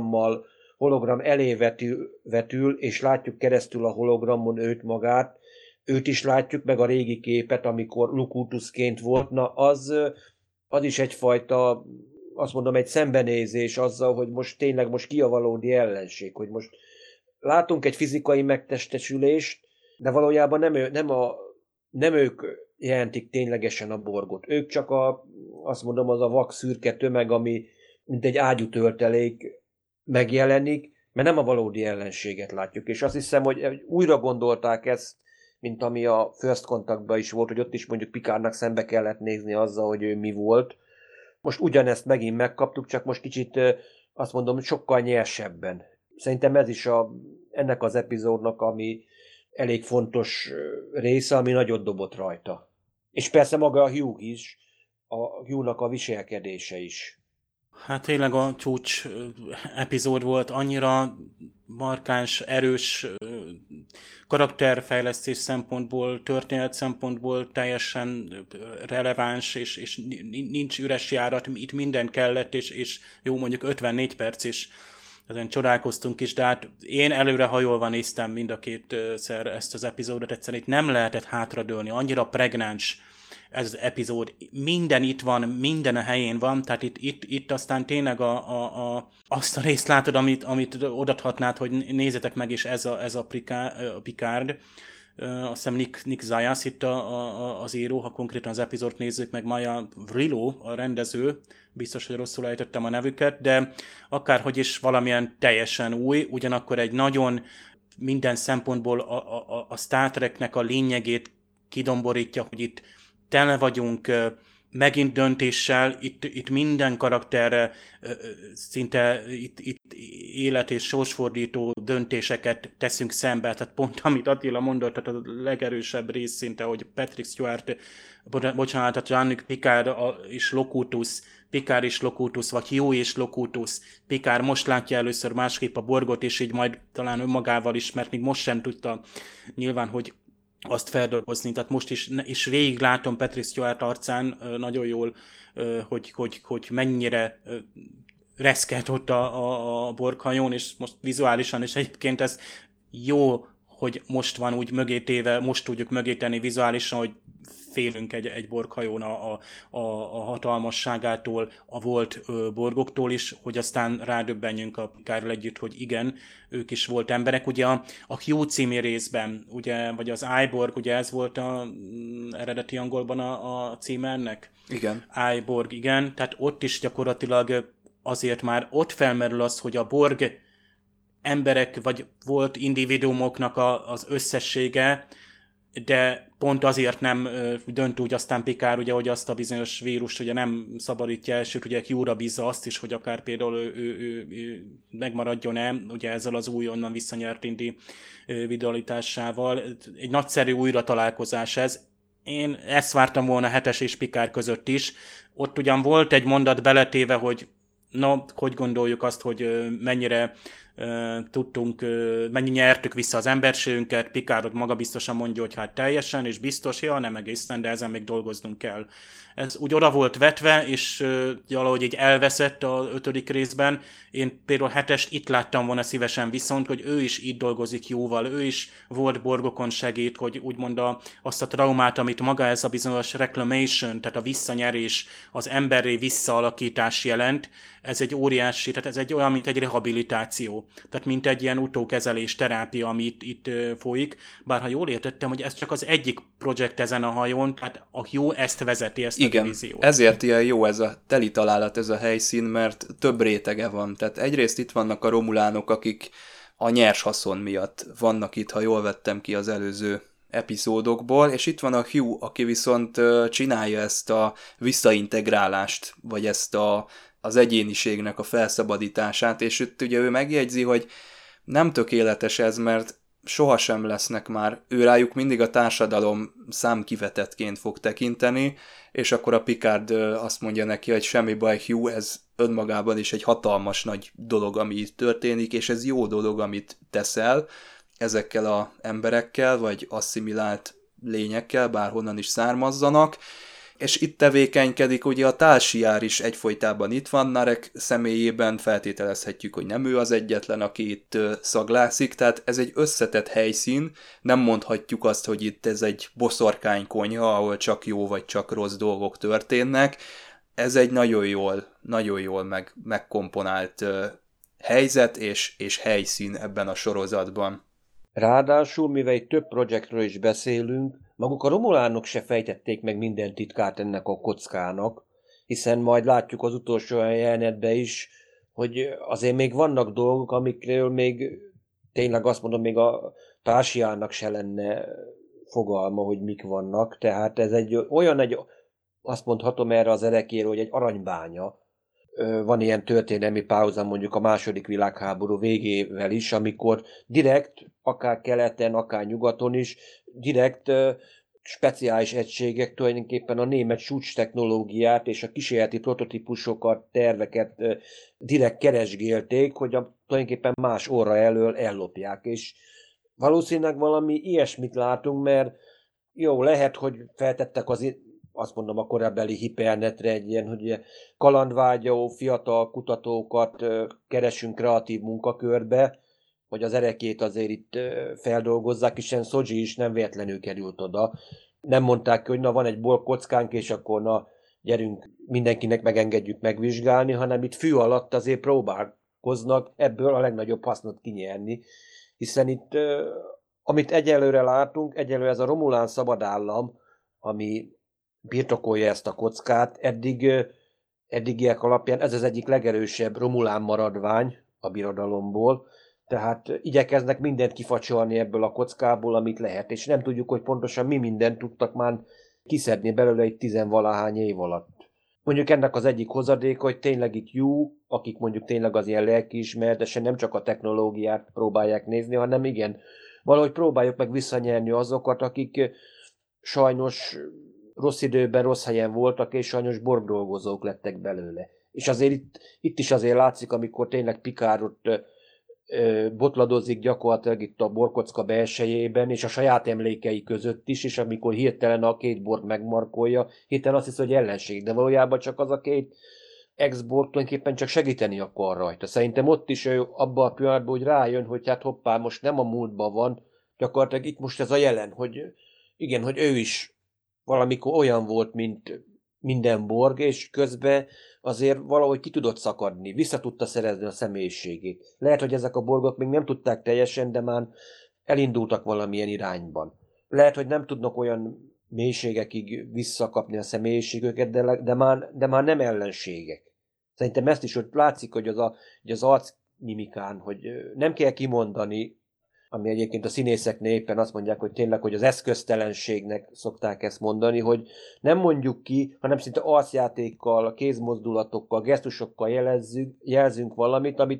hologram elé vetül, és látjuk keresztül a hologramon őt magát, őt is látjuk, meg a régi képet, amikor Locutusként volt, na az is egyfajta, azt mondom, egy szembenézés azzal, hogy most tényleg ki a valódi ellenség, hogy most látunk egy fizikai megtestesülést, de valójában nem ők jelentik ténylegesen a Borgot. Ők csak azt mondom, az a vak szürke tömeg, ami mint egy ágyútöltelék megjelenik, mert nem a valódi ellenséget látjuk. És azt hiszem, hogy újra gondolták ezt, mint ami a First Contactban is volt, hogy ott is mondjuk Picardnak szembe kellett nézni azzal, hogy ő mi volt. Most ugyanezt megint megkaptuk, csak most kicsit azt mondom, sokkal nyersebben. Szerintem ez is ennek az epizódnak, ami elég fontos része, ami nagyot dobott rajta. És persze maga a Hugh is, a Hugh-nak a viselkedése is. Hát tényleg a csúcs epizód volt, annyira markáns, erős karakterfejlesztés szempontból, történet szempontból teljesen releváns, és nincs üres járat, itt minden kellett, és jó, mondjuk 54 perc is, ezen csodálkoztunk is, de hát én előrehajolva néztem mind a kétszer ezt az epizódot, egyszerűen itt nem lehetett hátradőlni, annyira pregnáns ez az epizód, minden itt van, minden a helyén van, tehát itt aztán tényleg azt a részt látod, amit odathatnád, hogy nézzetek meg, és ez a Picard. azt hiszem Nick Zayas itt az író, ha konkrétan az epizódot nézzük, meg Maya Vrillo a rendező, biztos, hogy rosszul ejtettem a nevüket, de akárhogy is valamilyen teljesen új, ugyanakkor egy nagyon minden szempontból a Star Treknek a lényegét kidomborítja, hogy itt tele vagyunk megint döntéssel, itt minden karakterre szinte itt élet- és sorsfordító döntéseket teszünk szembe, tehát pont amit Attila mondott, tehát a legerősebb rész szinte, hogy Patrick Stewart, bocsánat, Jean-Luc Picard és Locutus, Picard és Locutus, vagy Hugh és Locutus, Picard most látja először másképp a Borgot, és így majd talán önmagával is, mert még most sem tudta nyilván, hogy azt feldolgozni, tehát most is végig látom Patrick Stewart arcán nagyon jól, hogy mennyire reszkelt ott a Borg-hajón, és most vizuálisan is egyébként ez jó, hogy most van úgy mögé téve, most tudjuk mögé tenni vizuálisan, hogy félünk egy Borg-hajón a hatalmasságától, a volt Borgoktól is, hogy aztán rádöbbenjünk a Picardral együtt, hogy igen, ők is volt emberek. Ugye a Hugh című részben, ugye, vagy az iBorg, ugye ez volt az eredeti angolban a címe ennek? Igen. iBorg, igen. Tehát ott is gyakorlatilag azért már ott felmerül az, hogy a Borg emberek, vagy volt individuumoknak az összessége, de pont azért nem dönt úgy aztán Picard, ugye, hogy azt a bizonyos vírust ugye nem szabadítja el, sőt, ugye Hugh-ra bízza azt is, hogy akár például ő megmaradjon-e, ugye ezzel az újonnan visszanyert individualitásával. Egy nagyszerű újra találkozás ez. Én ezt vártam volna Hetes és Picard között is. Ott ugyan volt egy mondat beletéve, hogy hogy gondoljuk azt, hogy mennyire mennyi nyertük vissza az emberségünket, Picard maga biztosan mondja, hogy hát teljesen, és biztos, nem egészen, de ezen még dolgoznunk kell. Ez úgy oda volt vetve, és valahogy így elveszett a 5. részben. Én például Hetest itt láttam volna szívesen viszont, hogy ő is itt dolgozik jóval, ő is volt Borgokon segít, hogy úgymond azt a traumát, amit maga ez a bizonyos reclamation, tehát a visszanyerés, az emberré visszaalakítás jelent, ez egy óriási, tehát ez egy olyan, mint egy rehabilitáció, tehát mint egy ilyen utókezelés, terápia, ami itt folyik, bár ha jól értettem, hogy ez csak az egyik projekt ezen a hajón, tehát a jó ezt vezeti, ezt igen, a divíziót. Ezért ilyen jó ez a teli találat, ez a helyszín, mert több rétege van. Tehát egyrészt itt vannak a romulánok, akik a nyers haszon miatt vannak itt, ha jól vettem ki az előző epizódokból, és itt van a Hugh, aki viszont csinálja ezt a visszaintegrálást, vagy ezt az egyéniségnek a felszabadítását, és itt ugye ő megjegyzi, hogy nem tökéletes ez, mert sohasem lesznek már, ő rájuk mindig a társadalom számkivetettként fog tekinteni, és akkor a Picard azt mondja neki, hogy semmi baj, Hugh, ez önmagában is egy hatalmas nagy dolog, ami itt történik, és ez jó dolog, amit teszel ezekkel az emberekkel, vagy asszimilált lényekkel, bárhonnan is származzanak, és itt tevékenykedik, ugye a Tal-Shiar is egyfolytában itt van, Narek személyében feltételezhetjük, hogy nem ő az egyetlen, aki itt szaglászik, tehát ez egy összetett helyszín, nem mondhatjuk azt, hogy itt ez egy boszorkánykonyha, ahol csak jó vagy csak rossz dolgok történnek, ez egy nagyon jól megkomponált helyzet és helyszín ebben a sorozatban. Ráadásul, mivel egy több projektről is beszélünk, maguk a romulánok se fejtették meg minden titkát ennek a kockának, hiszen majd látjuk az utolsó jelenetben is, hogy azért még vannak dolgok, amikről még tényleg azt mondom, még a Tal-Shiarnak se lenne fogalma, hogy mik vannak. Tehát ez azt mondhatom erre az erekéről, hogy egy aranybánya. Van ilyen történelmi párhuzam mondjuk a II. Világháború végével is, amikor direkt, akár keleten, akár nyugaton is, direkt speciális egységek tulajdonképpen a német csúcs technológiát és a kísérleti prototípusokat, terveket direkt keresgélték, hogy tulajdonképpen más orra elől ellopják, és valószínűleg valami ilyesmit látunk, mert jó, lehet, hogy feltettek azt mondom, a korábbi hipernetre egy ilyen, hogy kalandvágyó fiatal kutatókat keresünk kreatív munkakörbe, hogy az erekét azért itt feldolgozzák, hiszen Soji is nem véletlenül került oda. Nem mondták ki, hogy na van egy Borg kockánk, és akkor na gyerünk, mindenkinek megengedjük megvizsgálni, hanem itt fű alatt azért próbálkoznak ebből a legnagyobb hasznot kinyerni, hiszen itt Amit egyelőre látunk, egyelőre ez a Romulán szabadállam, ami birtokolja ezt a kockát, eddigiek alapján ez az egyik legerősebb Romulán maradvány a birodalomból, tehát igyekeznek mindent kifacsolni ebből a kockából, amit lehet, és nem tudjuk, hogy pontosan mi mindent tudtak már kiszedni belőle egy 10-valahány év alatt. Mondjuk ennek az egyik hozadéka, hogy tényleg itt akik mondjuk tényleg az ilyen lelkiismeretesen nem csak a technológiát próbálják nézni, hanem igen, valahogy próbáljuk meg visszanyerni azokat, akik sajnos rossz időben, rossz helyen voltak, és sajnos borgdolgozók lettek belőle. És azért itt is azért látszik, amikor tényleg Picardot botladozik gyakorlatilag itt a borkocka belsejében, és a saját emlékei között is, és amikor hirtelen a két borg megmarkolja, hirtelen azt hisz, hogy ellenség, de valójában csak az a két ex-borg tulajdonképpen csak segíteni akar rajta. Szerintem ott is ő abban a pillanatban, hogy rájön, hogy hát hoppá, most nem a múltban van, gyakorlatilag itt most ez a jelen, hogy igen, hogy ő is valamikor olyan volt, mint minden borg, és közben azért valahogy ki tudott szakadni, vissza tudta szerezni a személyiségét. Lehet, hogy ezek a borgok még nem tudták teljesen, de már elindultak valamilyen irányban. Lehet, hogy nem tudnak olyan mélységekig visszakapni a személyiségüket, de már nem ellenségek. Szerintem ezt is hogy látszik, hogy az arcmimikán, hogy nem kell kimondani, ami egyébként a színészeknél éppen azt mondják, hogy tényleg, hogy az eszköztelenségnek szokták ezt mondani, hogy nem mondjuk ki, hanem szinte arcjátékkal, kézmozdulatokkal, gesztusokkal jelzünk valamit, amit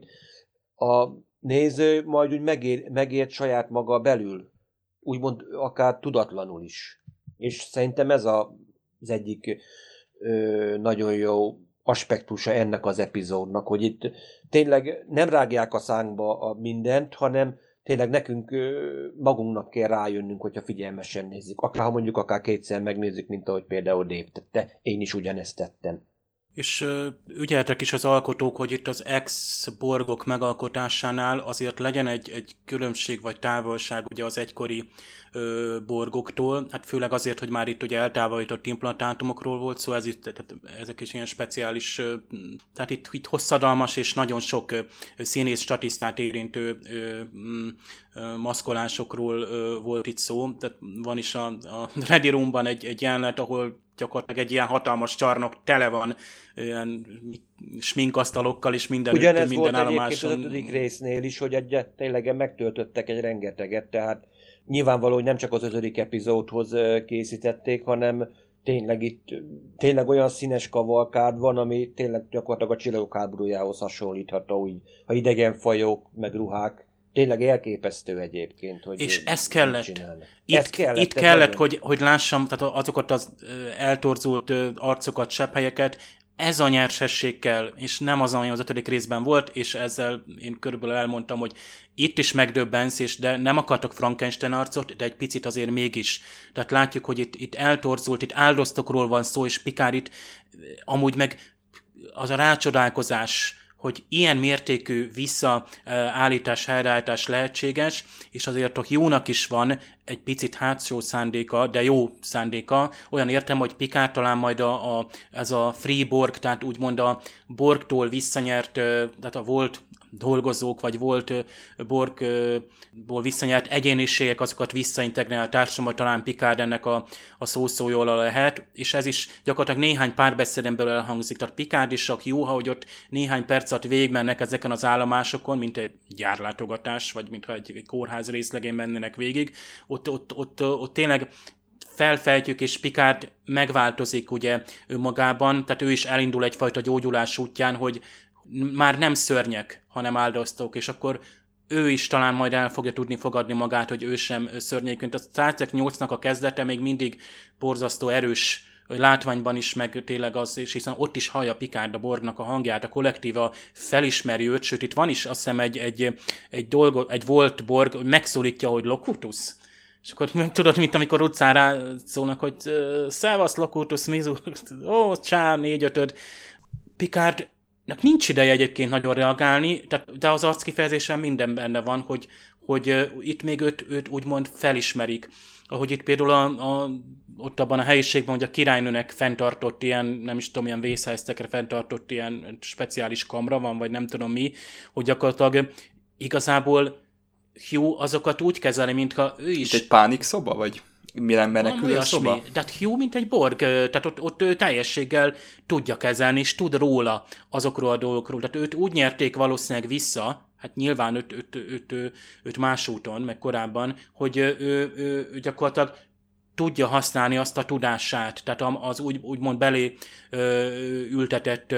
a néző majd úgy megért saját maga belül, úgymond akár tudatlanul is. És szerintem ez az egyik nagyon jó aspektusa ennek az epizódnak, hogy itt tényleg nem rágják a szánkba a mindent, hanem tényleg nekünk magunknak kell rájönnünk, hogyha figyelmesen nézzük. Akár mondjuk akár kétszer megnézzük, mint ahogy például Dave tette. Én is ugyanezt tettem. És ügyeltek is az alkotók, hogy itt az ex-borgok megalkotásánál azért legyen egy különbség vagy távolság ugye az egykori borgoktól, hát főleg azért, hogy már itt ugye eltávolított implantátumokról volt szó, ezek is ilyen speciális, tehát itt hosszadalmas és nagyon sok színész statisztát érintő maszkolásokról volt itt szó, tehát van is a Ready Roomban egy jelenet, ahol gyakorlatilag egy ilyen hatalmas csarnok tele van ilyen sminkasztalokkal és minden ugyanez minden volt állomáson. Egyébként az 5. résznél is, hogy tényleg megtöltöttek egy rengeteget, tehát nyilvánvaló, hogy nem csak az 5. epizódhoz készítették, hanem tényleg itt tényleg olyan színes kavalkád van, ami tényleg gyakorlatilag a Csillagok háborújához hasonlítható, úgy, ha idegen fajok, meg ruhák. Tényleg elképesztő egyébként, hogy és ez kellett. Itt kellett, hogy lássam tehát azokat az eltorzult arcokat, sepphelyeket, ez a nyersesség kell, és nem az, ami az 5. részben volt, és ezzel én körülbelül elmondtam, hogy itt is megdöbbensz, de nem akartok Frankenstein arcot, de egy picit azért mégis. Tehát látjuk, hogy itt eltorzult, itt áldoztokról van szó, és Picard itt amúgy meg az a rácsodálkozás, hogy ilyen mértékű visszaállítás, helyreállítás lehetséges, és azért jónak is van egy picit hátsó szándéka, de jó szándéka, olyan értem, hogy Picard talán majd ez a Free Borg, tehát úgymond a Borgtól visszanyert, tehát a volt dolgozók, vagy volt Borgból visszanyert egyéniségek, azokat visszaintegrál a társadalomba, talán Picard ennek a szószójóla lehet, és ez is gyakorlatilag néhány párbeszéden belül elhangzik, tehát Picard is csak jó, hogy ott néhány perc alatt végigmennek ezeken az állomásokon, mint egy gyárlátogatás, vagy mintha egy kórház részlegén mennének végig, ott tényleg felfejtjük, és Picard megváltozik ugye önmagában, tehát ő is elindul egyfajta gyógyulás útján, hogy már nem szörnyek, hanem áldoztók, és akkor ő is talán majd el fogja tudni fogadni magát, hogy ő sem szörnyéként. A Star Trek 8-nak a kezdete még mindig borzasztó erős látványban is, meg tényleg az, és hiszen ott is hallja Picard a Borgnak a hangját, a kollektíva felismeri őt, sőt itt van is azt hiszem egy volt Borg, megszólítja, hogy Locutus. És akkor tudod, mint amikor utcára szólnak, hogy szevasz Locutus, Mizu, csá, 4-5. Picardnak nincs ideje egyébként nagyon reagálni, de az arckifejezésen minden benne van, hogy itt még őt úgymond felismerik. Ahogy itt például ott abban a helyiségben, hogy a királynőnek fenntartott ilyen, nem is tudom, ilyen vészhelyzetekre fenntartott ilyen speciális kamra van, vagy nem tudom mi, hogy gyakorlatilag igazából Hugh azokat úgy kezeli, mintha ő is... Egy pánikszoba, vagy milyen menekülő szoba? Tehát Hugh, mint egy Borg, tehát ott ő teljességgel tudja kezelni, és tud róla azokról a dolgokról. Tehát őt úgy nyerték valószínűleg vissza, hát nyilván őt más úton, meg korábban, hogy ő gyakorlatilag tudja használni azt a tudását, tehát az úgymond belé ültetett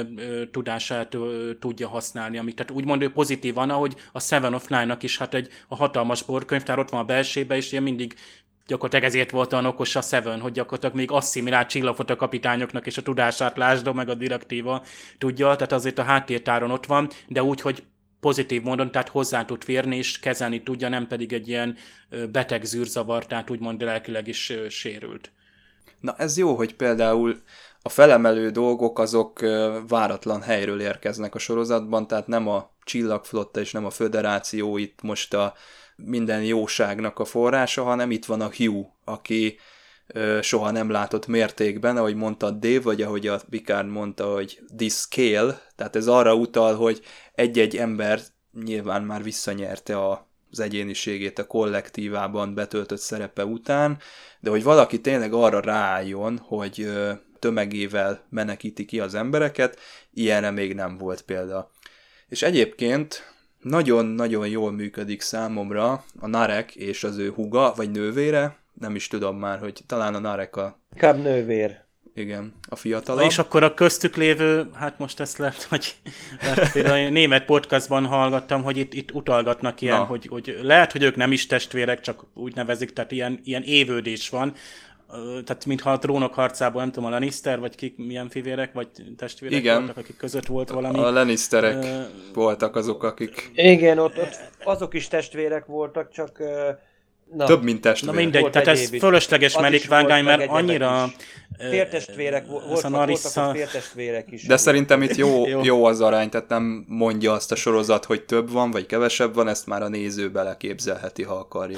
tudását tudja használni, amit, tehát úgymond ő pozitívan, ahogy a Seven of Nine-nak is, hát a hatalmas borkönyvtár ott van a belsőben, és ilyen mindig gyakorlatilag ezért volt olyan okos a Seven, hogy gyakorlatilag még asszimilált csillagfota kapitányoknak és a tudását lásd, meg a direktíva tudja, tehát azért a háttértáron ott van, de úgy, hogy pozitív módon, tehát hozzá tud férni és kezelni tudja, nem pedig egy ilyen beteg zűrzavar, tehát úgymond lelkileg is sérült. Na ez jó, hogy például a felemelő dolgok azok váratlan helyről érkeznek a sorozatban, tehát nem a Csillagflotta és nem a Föderáció itt most a minden jóságnak a forrása, hanem itt van a Hugh, aki soha nem látott mértékben, ahogy mondta Dave, vagy ahogy a Picard mondta, hogy this scale, tehát ez arra utal, hogy egy-egy ember nyilván már visszanyerte az egyéniségét a kollektívában betöltött szerepe után, de hogy valaki tényleg arra ráálljon, hogy tömegével menekíti ki az embereket, ilyenre még nem volt példa. És egyébként nagyon-nagyon jól működik számomra a Narek és az ő húga, vagy nővére, nem is tudom már, hogy talán a Narek a... Inkább nővér. Igen, a fiatalabb. És akkor a köztük lévő, hát most ezt lehet, hogy például a német podcastban hallgattam, hogy itt utalgatnak ilyen, hogy lehet, hogy ők nem is testvérek, csak úgy nevezik, tehát ilyen évődés van. Tehát mintha a Trónok harcában, nem tudom, a Lannister, vagy kik, milyen fivérek, vagy testvérek igen. voltak, akik között volt valami. A Lannisterek voltak azok, akik... Igen, ott azok is testvérek voltak, csak... Több, mint testvér. Na mindegy, tehát ez fölösleges mellékvágány, mert annyira... Féltestvérek voltak féltestvérek is. De szerintem itt jó az arány, tehát nem mondja azt a sorozat, hogy több van, vagy kevesebb van, ezt már a néző beleképzelheti, ha akarja.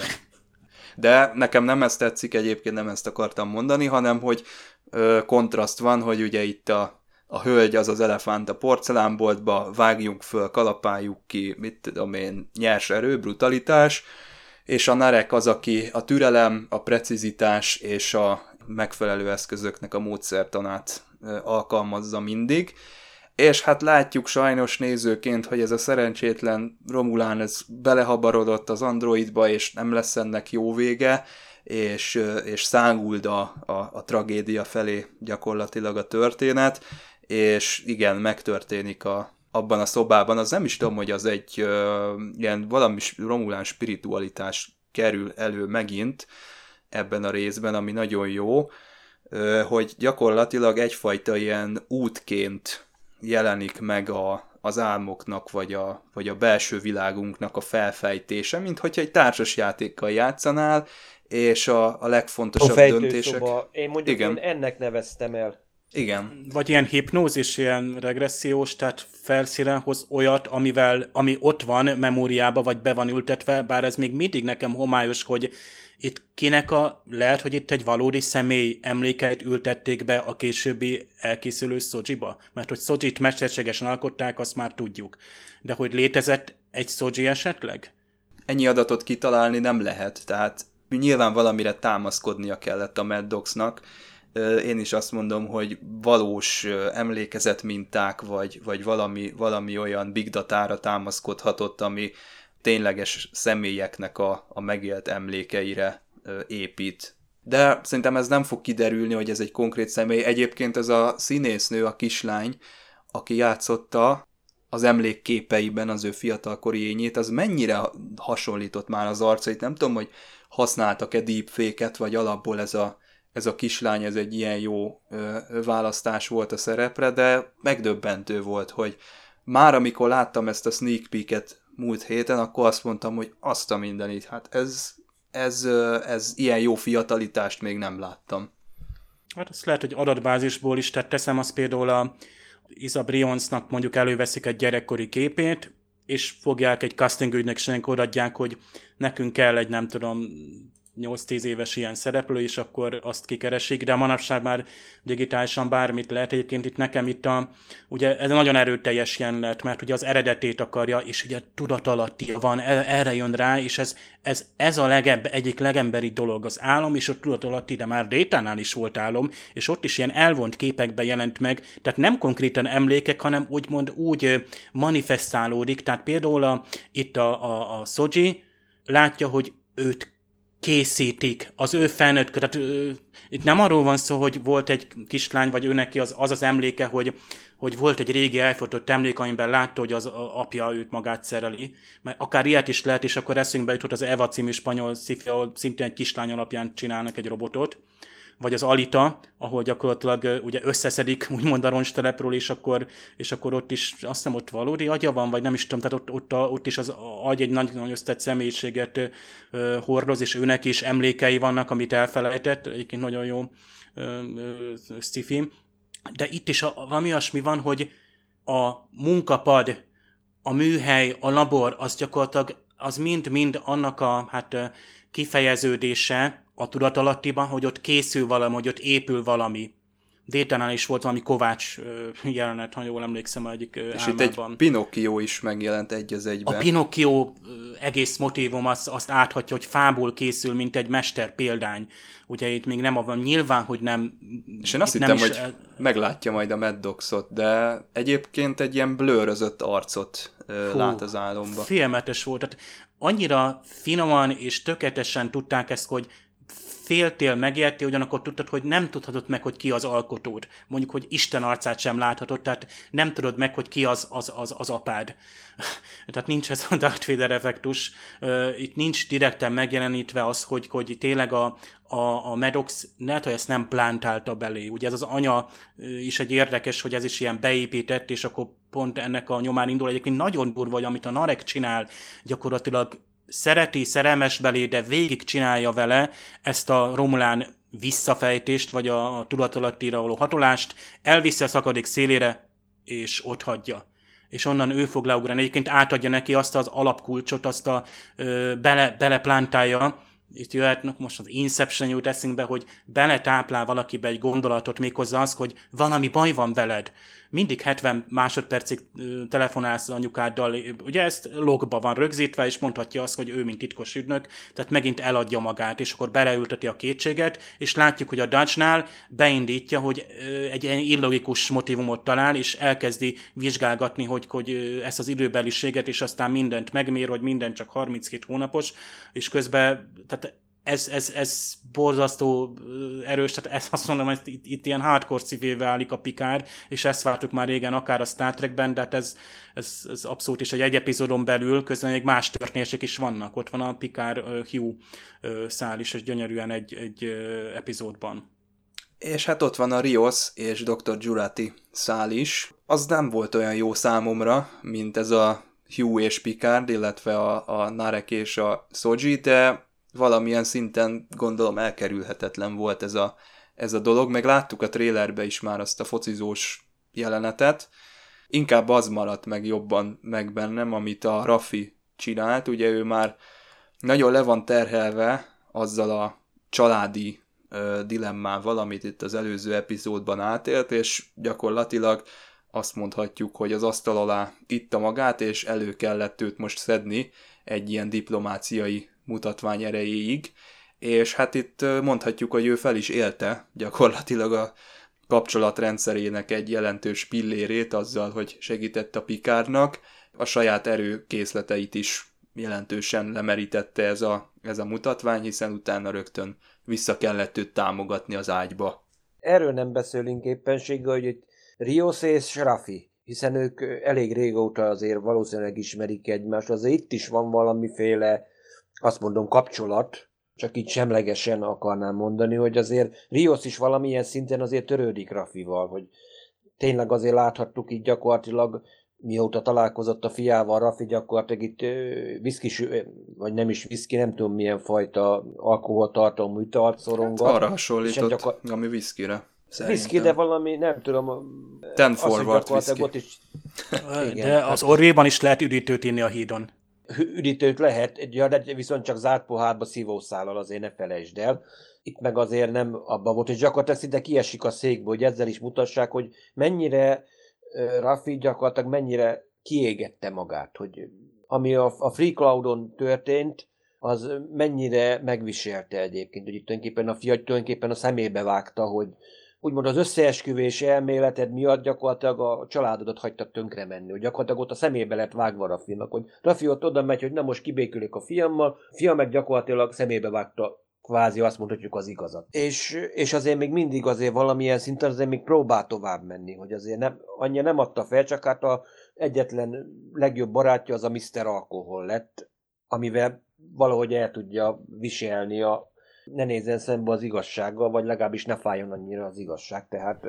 De nekem nem ezt tetszik, egyébként nem ezt akartam mondani, hanem hogy kontraszt van, hogy ugye itt a hölgy az elefánt a porcelánboltba, vágjunk föl, kalapáljuk ki, mit tudom én, nyers erő, brutalitás, és a Narek az, aki a türelem, a precizitás és a megfelelő eszközöknek a módszertanát alkalmazza mindig. És hát látjuk sajnos nézőként, hogy ez a szerencsétlen Romulán ez belehabarodott az androidba, és nem lesz ennek jó vége, és száguld a tragédia felé gyakorlatilag a történet, és igen, megtörténik abban a szobában, az nem is tudom, hogy az egy ilyen valami Romulán spiritualitás kerül elő megint ebben a részben, ami nagyon jó, hogy gyakorlatilag egyfajta ilyen útként jelenik meg az álmoknak, vagy a belső világunknak a felfejtése, mint hogyha egy társasjátékkal játszanál, és a legfontosabb döntések... Én mondjuk én ennek neveztem el. Igen. Vagy ilyen hipnózis, ilyen regressziós, tehát felszínen hoz olyat, ami ott van memóriába, vagy be van ültetve, bár ez még mindig nekem homályos, hogy itt lehet, hogy itt egy valódi személy emlékeit ültették be a későbbi elkészülő Soji-ba, mert hogy Sojit mesterségesen alkották, azt már tudjuk. De hogy létezett egy Soji esetleg? Ennyi adatot kitalálni nem lehet, tehát nyilván valamire támaszkodnia kellett a Mad Dogsnak. Én is azt mondom, hogy valós emlékezetminták, vagy valami olyan big datára támaszkodhatott, ami tényleges személyeknek a megélt emlékeire épít. De szerintem ez nem fog kiderülni, hogy ez egy konkrét személy. Egyébként ez a színésznő, a kislány, aki játszotta az emlékképeiben az ő fiatalkori ényét, az mennyire hasonlított már az arcait. Nem tudom, hogy használtak-e deepfake-et, vagy alapból ez a kislány, ez egy ilyen jó választás volt a szerepre, de megdöbbentő volt, hogy már amikor láttam ezt a sneak peek-et múlt héten, akkor azt mondtam, hogy azt a mindenit, hát ez ilyen jó fiatalitást még nem láttam. Hát azt lehet, hogy adatbázisból is, tehát teszem azt például a Isa Brionsnak mondjuk előveszik egy gyerekkori képét, és fogják egy casting ügynökségnek odaadják, hogy nekünk kell egy nem tudom 8-10 éves ilyen szereplő, és akkor azt kikeresik, de manapság már digitálisan bármit lehet. Egyébként itt nekem ugye ez nagyon erőteljes jelenet, mert ugye az eredetét akarja, és ugye tudatalatti van, erre jön rá, és ez a egyik legemberi dolog, az álom és a tudatalatti, de már Data-nál is volt álom, és ott is ilyen elvont képekben jelent meg, tehát nem konkrétan emlékek, hanem úgymond úgy manifestálódik, tehát például itt a Soji látja, hogy őt készítik, az ő felnőtt, tehát itt nem arról van szó, hogy volt egy kislány, vagy ő neki az emléke, hogy volt egy régi elfotott emlék, amiben látta, hogy az apja őt magát szereli. Mert akár ilyet is lehet, és akkor eszünkbe jutott az Eva című spanyol sci-fi, ahol szintén egy kislány alapján csinálnak egy robotot, vagy az Alita, ahol gyakorlatilag ugye összeszedik úgymond a roncstelepről, és akkor ott is, azt hiszem ott valódi agya van, vagy nem is tudom, tehát ott is az agy egy nagyon összetett személyiséget hordoz, és őnek is emlékei vannak, amit elfelejtett, egyébként nagyon jó sci-fi. De itt is valami olyasmi van, hogy a munkapad, a műhely, a labor, az gyakorlatilag az mind annak a kifejeződése a tudatalattiban, hogy ott készül valami, hogy ott épül valami. Data-nál is volt valami Kovács jelenet, ha jól emlékszem, egyik és álmában. Itt egy Pinocchio is megjelent egy az egyben. A Pinocchio egész motívum azt áthatja, hogy fából készül, mint egy mester példány. Ugye itt még nem van, nyilván, hogy nem... És én azt hittem, hogy meglátja majd a Mad Dogs-ot, de egyébként egy ilyen blőrözött arcot lát az álomba. Félelmetes volt. Tehát annyira finoman és tökéletesen tudták ezt, hogy féltél megérti, ugyanakkor tudtad, hogy nem tudhatod meg, hogy ki az alkotód. Mondjuk, hogy Isten arcát sem láthatod, tehát nem tudod meg, hogy ki az apád. Tehát nincs ez a Darth Vader effektus. Itt nincs direkten megjelenítve az, hogy tényleg a Maddox lehet, hogy ezt nem plántálta belé. Ugye ez az anya is egy érdekes, hogy ez is ilyen beépített, és akkor pont ennek a nyomán indul. Egyébként nagyon durva, hogy amit a Narek csinál, gyakorlatilag szereti, szerelmes belé, de végig csinálja vele ezt a Romulán visszafejtést, vagy a tudatalattira való hatolást, elviszi a szakadék szélére, és ott hagyja. És onnan ő fog leugrani. Egyébként átadja neki azt az alapkulcsot, azt beleplántálja. Itt jöhet most az Inception jut eszünkbe, hogy beletáplál valakibe egy gondolatot, méghozzá az, hogy valami baj van veled. Mindig 70 másodpercig telefonálsz az anyukáddal, ugye ezt logba van rögzítve, és mondhatja azt, hogy ő, mint titkos ügynök, tehát megint eladja magát, és akkor beleülteti a kétséget, és látjuk, hogy a Dutchnál beindítja, hogy egy ilyen illogikus motivumot talál, és elkezdi vizsgálgatni, hogy ezt az időbeliséget, és aztán mindent megmér, hogy minden csak 32 hónapos, és közben, tehát ez borzasztó erős, tehát ezt azt mondom, hogy itt ilyen hardcore civilvé válik a Picard, és ezt vártuk már régen, akár a Star Trekben, de hát ez abszolút is egy epizódon belül, közben még más történések is vannak. Ott van a Picard Hugh szál is, és gyönyörűen egy epizódban. És hát ott van a Rios és Dr. Jurati szál is. Az nem volt olyan jó számomra, mint ez a Hugh és Picard, illetve a Narek és a Soji, de valamilyen szinten gondolom elkerülhetetlen volt ez a dolog, meg láttuk a trailerbe is már azt a focizós jelenetet. Inkább az maradt meg jobban meg bennem, amit a Raffi csinált, ugye ő már nagyon le van terhelve azzal a családi dilemmával, amit itt az előző epizódban átélt, és gyakorlatilag azt mondhatjuk, hogy az asztal alá itta magát, és elő kellett őt most szedni egy ilyen diplomáciai mutatvány erejéig, és hát itt mondhatjuk, hogy ő fel is élte gyakorlatilag a kapcsolatrendszerének egy jelentős pillérét azzal, hogy segített a Picardnak, a saját erőkészleteit is jelentősen lemerítette ez a mutatvány, hiszen utána rögtön vissza kellett őt támogatni az ágyba. Erről nem beszélünk éppenséggel, hogy itt Rios és Raffi, hiszen ők elég régóta azért valószínűleg ismerik egymást, azért itt is van valamiféle, azt mondom, kapcsolat, csak így semlegesen akarnám mondani, hogy azért Rios is valamilyen szinten azért törődik Raffival, hogy tényleg azért láthattuk így gyakorlatilag, mióta találkozott a fiával, Raffi gyakorlatilag itt viszkis, vagy nem is viszki, nem tudom milyen fajta alkoholtartalmú italt szorongat. Hát arra hasonlított, ami viszkire. Viszki, de valami, nem tudom. Ten forward viszki. De az Orvéban is lehet üdítőt inni a hídon. üdítőt lehet, de viszont csak zárt pohárba szívószállal, azért ne felejtsd el. Itt meg azért nem abban volt, és gyakorlatilag szinte kiesik a székből, hogy ezzel is mutassák, hogy mennyire Raffi gyakorlatilag mennyire kiégette magát, hogy ami a Free Cloudon történt, az mennyire megviselte egyébként, hogy itt tulajdonképpen a szemébe vágta, hogy úgymond az összeesküvés elméleted miatt gyakorlatilag a családodat hagytad tönkre menni, hogy gyakorlatilag ott a szemébe lett vágva Raffinak, hogy Raffi ott oda megy, hogy na most kibékülik a fiammal, a fiam meg gyakorlatilag szemébe vágta, kvázi azt mondhatjuk az igazat. És azért még mindig azért valamilyen szinten azért még próbál tovább menni, hogy azért annyira nem adta fel, csak hát a egyetlen legjobb barátja az a Mr. Alkohol lett, amivel valahogy el tudja viselni ne nézzen szembe az igazsággal, vagy legalábbis ne fájjon annyira az igazság. Tehát,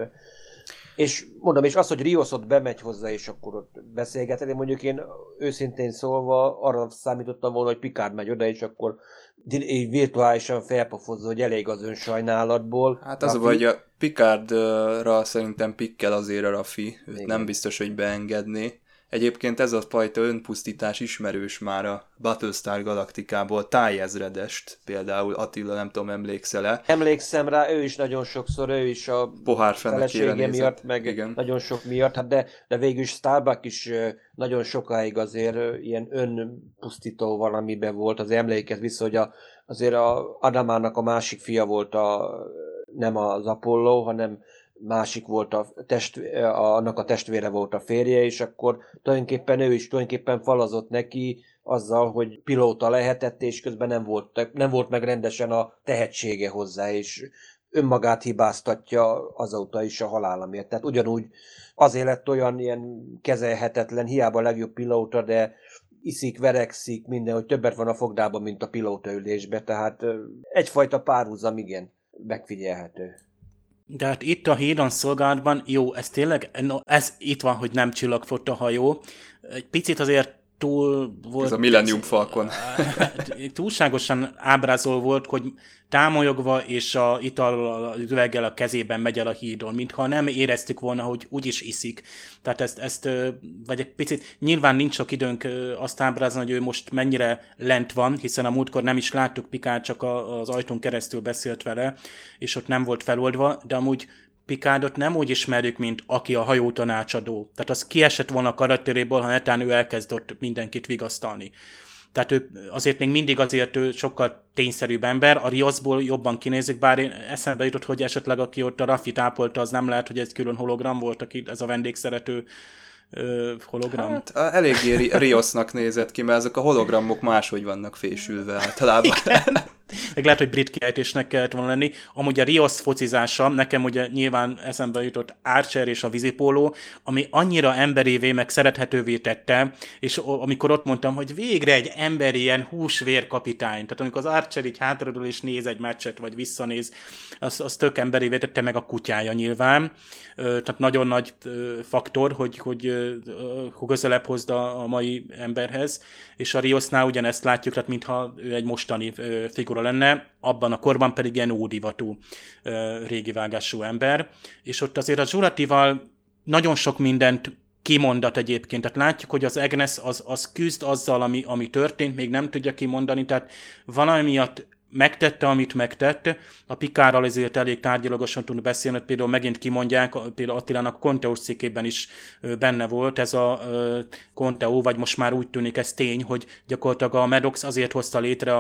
és mondom, és az, hogy Rios ott bemegy hozzá, és akkor ott beszélgetni, mondjuk én őszintén szólva arra számítottam volna, hogy Picard megy oda, és akkor így virtuálisan felpofozza, hogy elég az önsajnálatból. Hát az a baj, hogy a Picardra szerintem pikkel azért a Raffi, őt igen. Nem biztos, hogy beengedné. Egyébként ez a fajta önpusztítás ismerős már a Battlestar Galactikából, tájezredest, például Attila, nem tudom, emlékszel-e? Emlékszem rá, ő is nagyon sokszor, ő is a felesége miatt, meg igen. Nagyon sok miatt, hát de végül is Starbuck is nagyon sokáig azért ilyen önpusztító valamiben volt, az emlékez vissza, hogy azért a Adamának a másik fia volt nem az Apollo, hanem másik volt annak a testvére volt a férje, és akkor tulajdonképpen ő is falazott neki azzal, hogy pilóta lehetett, és közben nem volt meg rendesen a tehetsége hozzá, és önmagát hibáztatja azóta is a halála miatt. Tehát ugyanúgy azért lett olyan ilyen kezelhetetlen, hiába a legjobb pilóta, de iszik, verekszik, minden, hogy többet van a fogdában, mint a pilótaülésben, tehát egyfajta párhuzam, igen, megfigyelhető. De hát itt a Hídon szolgálatban, jó, ez tényleg, ez itt van, hogy nem csillagfott a hajó. Egy picit azért túl volt... Ez a Millennium Falcon. Túlságosan ábrázol volt, hogy támolyogva és a ital az üveggel a kezében megy el a hídon, mintha nem éreztük volna, hogy úgyis iszik. Tehát ezt vagy egy picit, nyilván nincs sok időnk azt ábrázolni, hogy ő most mennyire lent van, hiszen a múltkor nem is láttuk, Picard csak az ajtón keresztül beszélt vele, és ott nem volt feloldva, de amúgy Picardot nem úgy ismerjük, mint aki a hajó tanácsadó. Tehát az kiesett volna a karakteréből, ha netán ő elkezdett mindenkit vigasztalni. Tehát ő azért még mindig ő sokkal tényszerűbb ember, a Riosból jobban kinézik, bár én eszembe jutott, hogy esetleg aki ott a Raffit ápolta, az nem lehet, hogy egy külön hologram volt, aki ez a vendégszerető hologram. Hát eléggé Riosnak nézett ki, mert ezek a hologramok máshogy vannak fésülve általában. Meg lehet, hogy brit kiejtésnek kellett volna lenni. Amúgy a Rios focizása, nekem ugye nyilván eszembe jutott Archer és a vízipóló, ami annyira emberévé, meg szerethetővé tette, és amikor ott mondtam, hogy végre egy ember ilyen húsvér kapitány, tehát amikor az Archer így hátradől és néz egy meccset, vagy visszanéz, az tök emberévé tette, meg a kutyája nyilván. Tehát nagyon nagy faktor, hogy közelebb hozd a mai emberhez, és a Riosnál ugyanezt látjuk, tehát mintha ő egy mostani figura lenne, abban a korban pedig ilyen ódivatú régi vágású ember, és ott azért a Zsuratival nagyon sok mindent kimondat egyébként, tehát látjuk, hogy az Agnes az küzd azzal, ami történt, még nem tudja kimondani, tehát valami miatt megtette, amit megtett. A Picardral ezért elég tárgyalagosan tud beszélni, hogy például megint kimondják, például Attilának Conteus cikkében is benne volt ez a Conteo, vagy most már úgy tűnik ez tény, hogy gyakorlatilag a Maddox azért hozta létre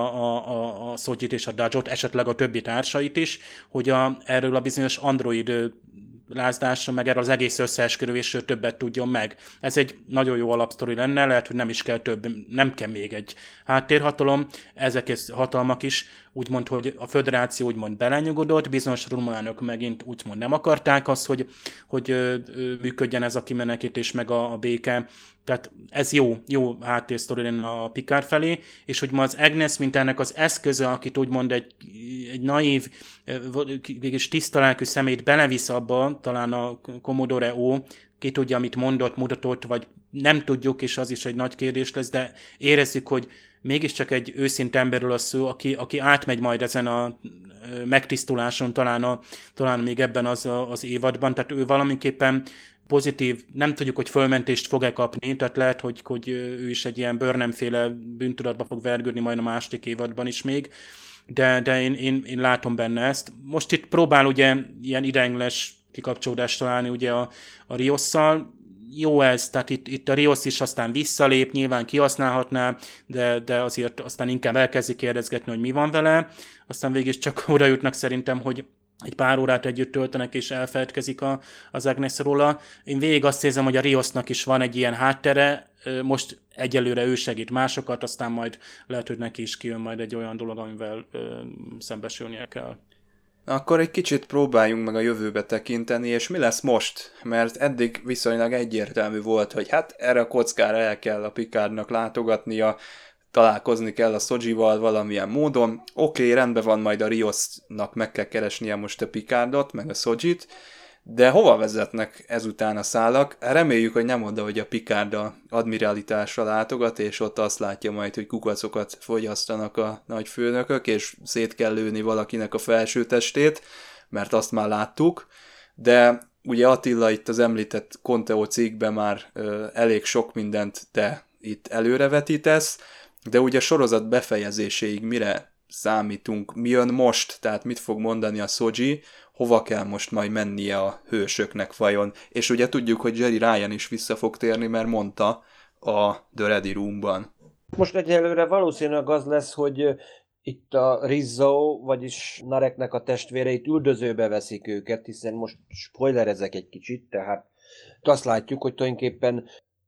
a Sogyit és a Dodge-ot, esetleg a többi társait is, hogy erről a bizonyos android lázdásra, meg erről az egész összeesküvésről többet tudjon meg. Ez egy nagyon jó alapsztori lenne, lehet, hogy nem is kell több, nem kell még egy háttérhatalom, ezek hatalmak is, úgymond, hogy a föderáció úgymond belenyugodott, bizonyos románok megint úgymond nem akarták azt, hogy működjen ez a kimenekítés meg a béke. Tehát ez jó háttérsztori lenne a Picard felé, és hogy ma az Agnes, mint ennek az eszköze, akit úgymond egy naív, végülis tisztalelkű szemét belevisz abba, talán a Commodore O, ki tudja, amit mondott, mutatott, vagy nem tudjuk, és az is egy nagy kérdés lesz, de érezzük, hogy mégiscsak egy őszinte emberről a szó, aki átmegy majd ezen a megtisztuláson, talán még ebben az évadban, tehát ő valamiképpen pozitív, nem tudjuk, hogy fölmentést fog-e kapni, tehát lehet, hogy ő is egy ilyen Burnham-féle bűntudatba fog vergődni majd a második évadban is még, de én látom benne ezt. Most itt próbál ugye ilyen ideiglenes kikapcsolódást találni ugye a Riosszal. Jó ez, tehát itt a Rios is aztán visszalép, nyilván kihasználhatná, de azért aztán inkább elkezdi kérdezgetni, hogy mi van vele. Aztán végig is csak oda jutnak szerintem, hogy egy pár órát együtt töltenek, és elfeledkezik az Agnes róla. Én végig azt érzem, hogy a Riosnak is van egy ilyen háttere, most egyelőre ő segít másokat, aztán majd lehet, hogy neki is kijön majd egy olyan dolog, amivel szembesülnie kell. Akkor egy kicsit próbáljunk meg a jövőbe tekinteni, és mi lesz most? Mert eddig viszonylag egyértelmű volt, hogy hát erre a kockára el kell a Picardnak látogatnia, találkozni kell a Sojival valamilyen módon. Oké, rendben van, majd a Riosnak meg kell keresnie most a Picardot, meg a Sojit, de hova vezetnek ezután a szálak? Reméljük, hogy nem oda, hogy a Picard a admiralitásra látogat, és ott azt látja majd, hogy kukacokat fogyasztanak a nagy főnökök, és szét kell lőni valakinek a felső testét, mert azt már láttuk, de ugye Attila itt az említett Conteo cikkben már elég sok mindent te itt előrevetítesz, de ugye a sorozat befejezéséig mire számítunk, mi jön most, tehát mit fog mondani a Soji, hova kell most majd mennie a hősöknek vajon. És ugye tudjuk, hogy Jeri Ryan is vissza fog térni, mert mondta a The Ready Room-ban. Most egyelőre valószínűleg az lesz, hogy itt a Rizzo, vagyis Nareknek a testvéreit üldözőbe veszik őket, hiszen most spoilerezek egy kicsit, tehát azt látjuk, hogy tulajdonképpen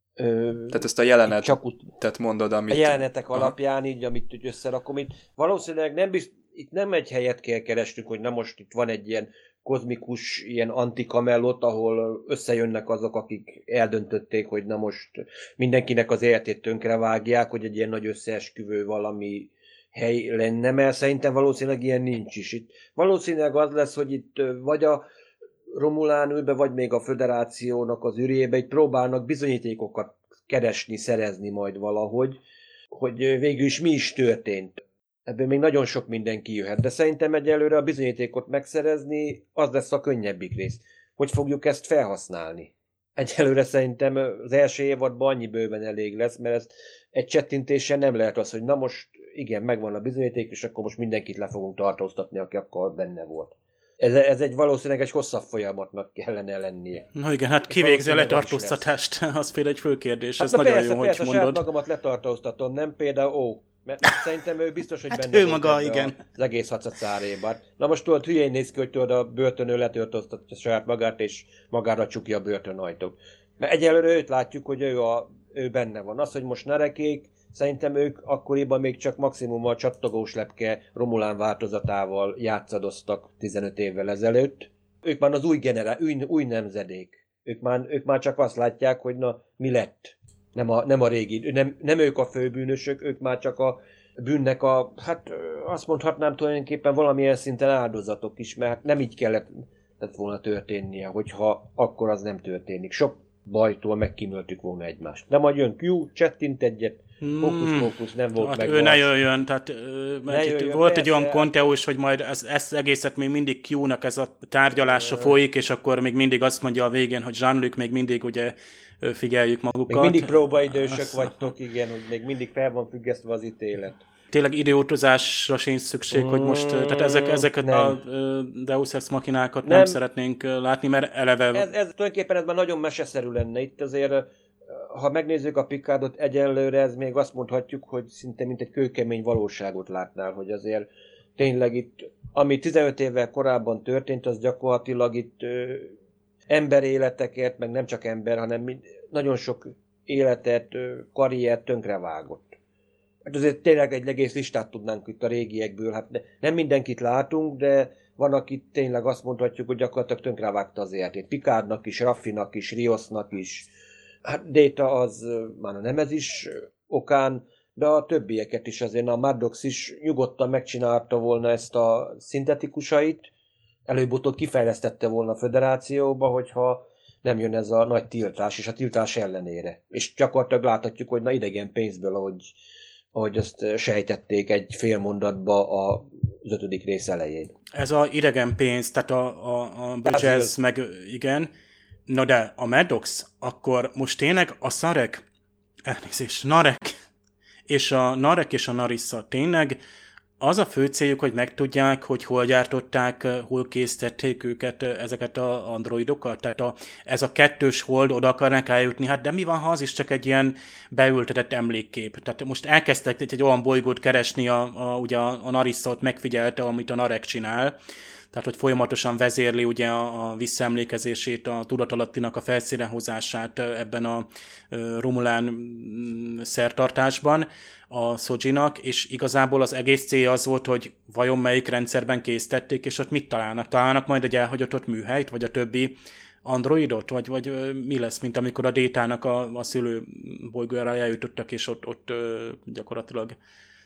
tehát ezt a jelenetet mondod, amit... A jelenetek alapján, így, amit összerakom itt. Valószínűleg itt nem egy helyet kell keresnünk, hogy na most itt van egy ilyen kozmikus, ilyen antikamellot, ahol összejönnek azok, akik eldöntötték, hogy na most mindenkinek az életét tönkre vágják, hogy egy ilyen nagy összeesküvő valami hely lenne, mert szerintem valószínűleg ilyen nincs is. Itt valószínűleg az lesz, hogy itt vagy a Romulán ülbe, vagy még a Föderációnak az űrjébe, itt próbálnak bizonyítékokat keresni, szerezni majd valahogy, hogy végül is mi is történt. Ebből még nagyon sok minden kijöhet, de szerintem egyelőre a bizonyítékot megszerezni, az lesz a könnyebbik rész. Hogy fogjuk ezt felhasználni? Egyelőre szerintem az első évadban annyi bőven elég lesz, mert ez egy csettintéssel nem lehet az, hogy na most igen, megvan a bizonyíték, és akkor most mindenkit le fogunk tartóztatni, aki akkor benne volt. Ez egy valószínűleg egy hosszabb folyamatnak kellene lennie. Na igen, hát kivégzi a letartóztatást, az például egy fő kérdés, hát ez nagyon jó, hogy mondod. Persze, magamat letartóztatom, nem például mert szerintem ő biztos, hogy hát benne ő maga, igen. Az egész hacacáréban. Na most tudod, hülyén néz ki, hogy tudod, a börtönő letartóztatja saját magát, és magára csukja a börtönajtót. Mert egyelőre őt látjuk, hogy ő benne van. Az, hogy most Narekék, szerintem ők akkoriban még csak maximum a csattogós lepke Romulán változatával játszadoztak 15 évvel ezelőtt. Ők már az új nemzedék. Ők már csak azt látják, hogy na, mi lett. Nem a régi, nem ők a főbűnösök, ők már csak a bűnnek hát azt mondhatnám tulajdonképpen valamilyen szinten áldozatok is, mert nem így kellett volna történnie, hogyha akkor az nem történik. Sok bajtól megkíméltük volna egymást. De majd jön Q, csettint egyet, fókusz, nem volt hát meg. Ő ne jöjjön, tehát volt egy olyan Conteo is, hogy majd ezt egészet még mindig Q-nak ez a tárgyalása folyik, és akkor még mindig azt mondja a végén, hogy Jean-Luc még mindig ugye figyeljük magukat. Még mindig próbaidősök vagytok, igen, hogy még mindig fel van függesztve az ítélet. Tényleg idiótozásra sincs szükség, hogy most, tehát ezeket a Deus Ex Machinákat nem szeretnénk látni, mert eleve... Ez tulajdonképpen ez már nagyon meseszerű lenne. Itt azért, ha megnézzük a Picardot egyelőre, ez még azt mondhatjuk, hogy szinte mint egy kőkemény valóságot látnál, hogy azért tényleg itt, ami 15 évvel korábban történt, az gyakorlatilag itt emberéletekért, meg nem csak ember, hanem nagyon sok életet, karriert tönkrevágott. Hát azért tényleg egy egész listát tudnánk itt a régiekből, hát nem mindenkit látunk, de van, akit tényleg azt mondhatjuk, hogy gyakorlatilag tönkrevágta az életét. Picardnak is, Raffinak is, Riosnak is, hát Data az már a nemezis okán, de a többieket is azért, a Maddox is nyugodtan megcsinálta volna ezt a szintetikusait, előbb-utóbb kifejlesztette volna a Föderációba, hogyha nem jön ez a nagy tiltás, és a tiltás ellenére. És gyakorlatilag láthatjuk, hogy na idegen pénzből, ahogy azt sejtették egy fél mondatba az 5. rész elején. Ez a idegen pénz, tehát a Bridges meg igen, Na de a Maddox, akkor most tényleg a Narek és a Narissa tényleg az a fő céljuk, hogy megtudják, hogy hol gyártották, hol készítették őket, ezeket az androidokat? Tehát ez a kettős hold, oda akarnak eljutni, hát de mi van, ha az is csak egy ilyen beültetett emlékkép? Tehát most elkezdtek egy olyan bolygót keresni, ugye a Narissa ott megfigyelte, amit a Narek csinál, tehát hogy folyamatosan vezérli ugye a visszaemlékezését, a tudatalattinak a felszínre hozását ebben a Romulán szertartásban a Sojinak, és igazából az egész célja az volt, hogy vajon melyik rendszerben készítették, és ott mit találnak? Találnak majd egy elhagyatott műhelyt, vagy a többi androidot, vagy mi lesz, mint amikor a Détának a szülő bolygójára eljutottak, és ott gyakorlatilag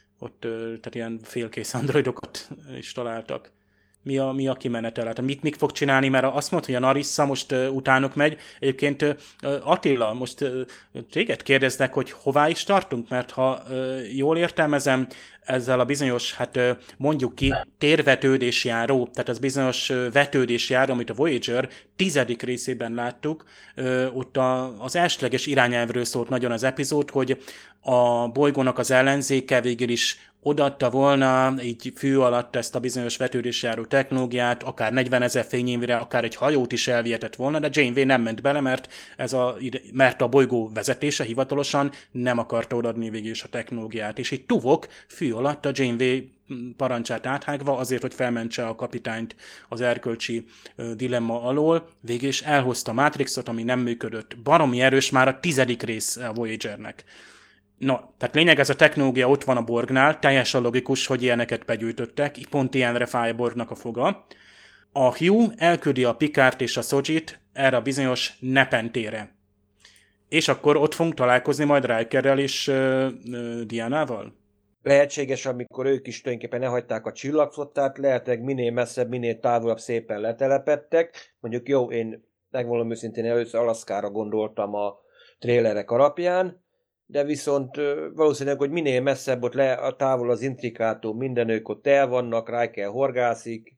tehát ilyen félkész androidokat is találtak. Mi a kimenetele? Hát mit fog csinálni, mert azt mondta, hogy a Narissa most utánuk megy. Egyébként Attila, most téged kérdeznek, hogy hová is tartunk, mert ha jól értelmezem, ezzel a bizonyos, hát mondjuk ki, térvetődésjáró, tehát az bizonyos vetődésjáró, amit a Voyager 10. részében láttuk, ott az elsőleges irányelvről szólt nagyon az epizód, hogy a bolygónak az ellenzéke végül is odaadta volna így fű alatt ezt a bizonyos vetődésjáró technológiát, akár 40 000 fényévre, akár egy hajót is elvihetett volna, de Janeway nem ment bele, mert a bolygó vezetése hivatalosan nem akarta odaadni végül is a technológiát. És így Tuvok fű alatt a Janeway parancsát áthágva azért, hogy felmentse a kapitányt az erkölcsi dilemma alól, végül is elhozta a Matrixot, ami nem működött. Baromi erős már a 10. rész a Voyagernek. No, tehát lényeg, ez a technológia ott van a Borgnál, teljesen logikus, hogy ilyeneket begyűjtöttek, pont ilyenre fáj a Borgnak a foga. A Hugh elküldi a Picardt és a Sojit erre a bizonyos Nepentére. És akkor ott fogunk találkozni majd Rikerrel és Dianával? Lehetséges, amikor ők is tulajdonképpen elhagyták a csillagflottát, lehetőleg minél messzebb, minél távolabb szépen letelepedtek. Mondjuk jó, én megmondom őszintén, először Alaszkára gondoltam a trélerek alapján, de viszont valószínűleg, hogy minél messzebb ott távol az intrikátum, minden ők ott el vannak, Riker horgászik,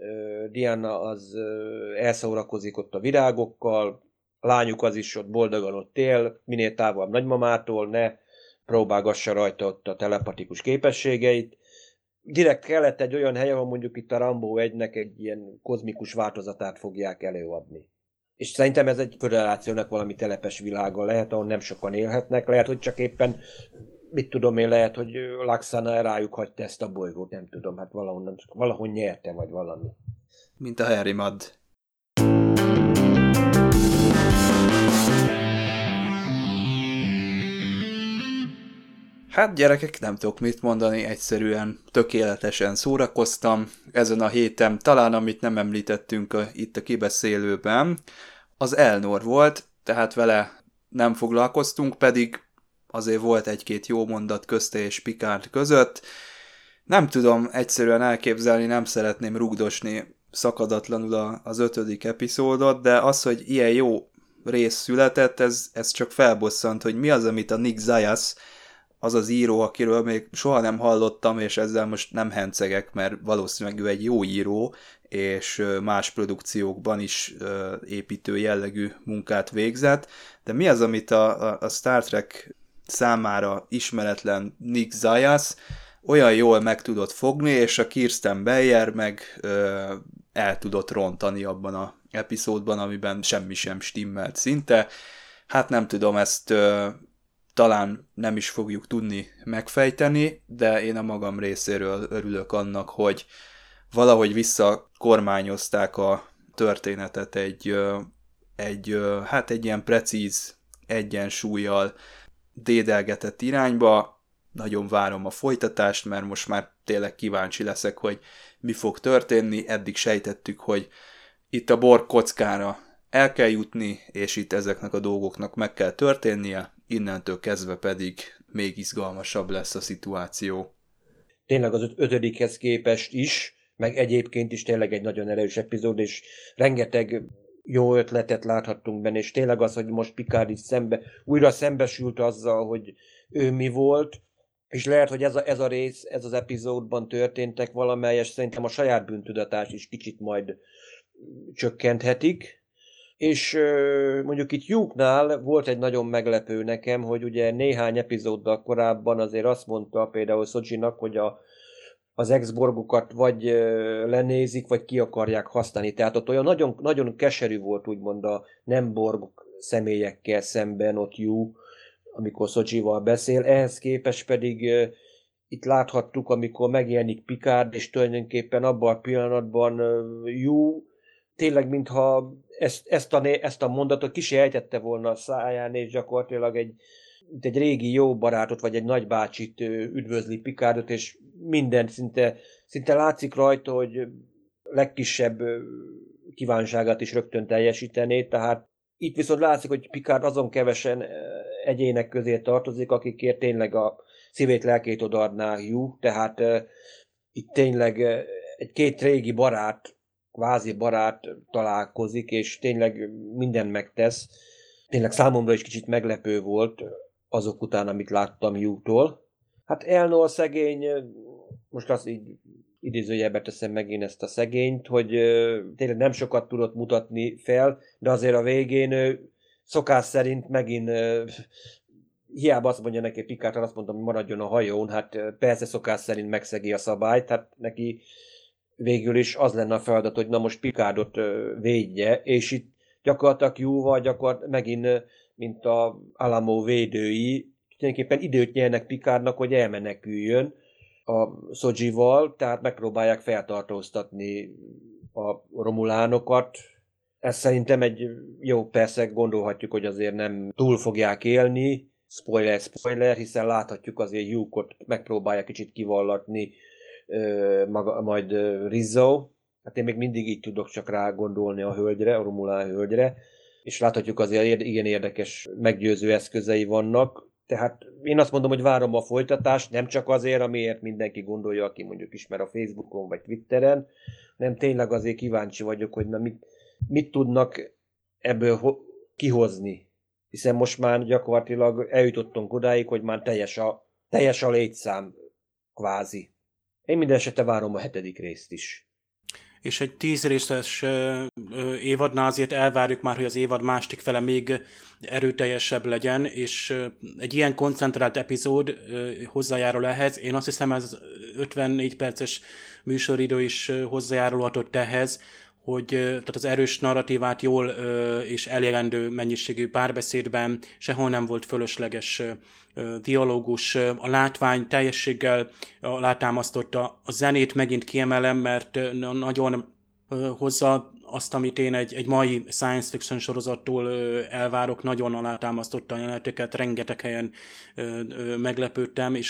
Diana az elszórakozik ott a virágokkal, a lányuk az is ott boldogan ott él, minél távolabb nagymamától, ne próbálgassa rajta ott a telepatikus képességeit. Direkt kellett egy olyan hely, ahol mondjuk itt a Rambo 1-nek egy ilyen kozmikus változatát fogják előadni. És szerintem ez egy föderációnak valami telepes világa lehet, ahol nem sokan élhetnek. Lehet, hogy csak éppen, mit tudom én, lehet, hogy Laxana rájuk hagyta ezt a bolygót, nem tudom, hát valahol nyerte, vagy valami. Mint a Harry Mudd. Hát gyerekek, nem tudok mit mondani, egyszerűen tökéletesen szórakoztam ezen a héten. Talán amit nem említettünk itt a kibeszélőben, az Elnor volt, tehát vele nem foglalkoztunk, pedig azért volt egy-két jó mondat közte és Picard között. Nem tudom egyszerűen elképzelni, nem szeretném rugdosni szakadatlanul az 5. epizódot, de az, hogy ilyen jó rész született, ez csak felbosszant, hogy mi az, amit a Nick Zayas, az az író, akiről még soha nem hallottam, és ezzel most nem hencegek, mert valószínűleg ő egy jó író, és más produkciókban is építő jellegű munkát végzett, de mi az, amit a Star Trek számára ismeretlen Nick Zayas olyan jól meg tudott fogni, és a Kirsten Beyer meg el tudott rontani abban az epizódban, amiben semmi sem stimmelt szinte. Hát nem tudom, ezt talán nem is fogjuk tudni megfejteni, de én a magam részéről örülök annak, hogy valahogy visszakormányozták a történetet egy ilyen precíz egyensúlyjal dédelgetett irányba. Nagyon várom a folytatást, mert most már tényleg kíváncsi leszek, hogy mi fog történni. Eddig sejtettük, hogy itt a Borg kockára el kell jutni, és itt ezeknek a dolgoknak meg kell történnie, innentől kezdve pedig még izgalmasabb lesz a szituáció. Tényleg az 5-hez képest is, meg egyébként is tényleg egy nagyon erős epizód, és rengeteg jó ötletet láthattunk benne, és tényleg az, hogy most Picard is újra szembesült azzal, hogy ő mi volt, és lehet, hogy ez a rész, ez az epizódban történtek valamelyes, szerintem a saját bűntudatást is kicsit majd csökkenthetik. És mondjuk itt Hugh-nál volt egy nagyon meglepő nekem, hogy ugye néhány epizóddal korábban azért azt mondta például Soji-nak, hogy az ex-borgokat vagy lenézik, vagy ki akarják használni. Tehát ott olyan nagyon, nagyon keserű volt úgymond a nem borg személyekkel szemben ott Hugh, amikor Sojival beszél. Ehhez képest pedig itt láthattuk, amikor megjelenik Picard, és tulajdonképpen abban a pillanatban Hugh tényleg, mintha ezt a mondatot ki se ejtette volna a száján, és gyakorlatilag egy régi jó barátot, vagy egy nagybácsit üdvözli Picardot, és minden szinte látszik rajta, hogy legkisebb kívánságát is rögtön teljesítené, tehát itt viszont látszik, hogy Picard azon kevesen egyének közé tartozik, akikért tényleg a szívét, lelkét odaadná Hugh, tehát itt tényleg két régi barát, kvázi barát találkozik, és tényleg mindent megtesz. Tényleg számomra is kicsit meglepő volt azok után, amit láttam Hugh-tól. Hát Elnor szegény, most azt így idézőjelbe teszem megint ezt a szegényt, hogy tényleg nem sokat tudott mutatni fel, de azért a végén szokás szerint megint hiába azt mondja neki Picard, azt mondtam, hogy maradjon a hajón, hát persze szokás szerint megszegi a szabályt, hát neki végül is az lenne a feladat, hogy na most Picardot védje, és itt gyakorlatilag Hugh-val megint, mint a Alamo védői, tulajdonképpen időt nyernek Picardnak, hogy elmeneküljön a Sojival, tehát megpróbálják feltartóztatni a romulánokat. Ez szerintem jó, persze gondolhatjuk, hogy azért nem túl fogják élni, spoiler, hiszen láthatjuk azért Hugh-ot megpróbálja kicsit kivallatni majd Rizzo. Hát én még mindig így tudok csak rá gondolni a hölgyre, a romulán hölgyre, és láthatjuk azért igen érdekes meggyőző eszközei vannak. Tehát én azt mondom, hogy várom a folytatást, nem csak azért, amiért mindenki gondolja, aki mondjuk ismer a Facebookon vagy Twitteren, hanem tényleg azért kíváncsi vagyok, hogy mit tudnak ebből kihozni. Hiszen most már gyakorlatilag eljutottunk odáig, hogy már teljes a létszám kvázi. Én minden esetre várom a 7. részt is. És egy 10 részes évadnál azért elvárjuk már, hogy az évad második fele még erőteljesebb legyen, és egy ilyen koncentrált epizód hozzájárul ehhez. Én azt hiszem, ez 54 perces műsoridő is hozzájárulhatott ehhez, hogy tehát az erős narratívát jól és elérendő mennyiségű párbeszédben sehol nem volt fölösleges dialógus, a látvány teljességgel alátámasztotta, a zenét megint kiemelem, mert nagyon hozza azt, amit én egy mai science fiction sorozattól elvárok, nagyon alátámasztotta a jeleneteket, rengeteg helyen meglepődtem, és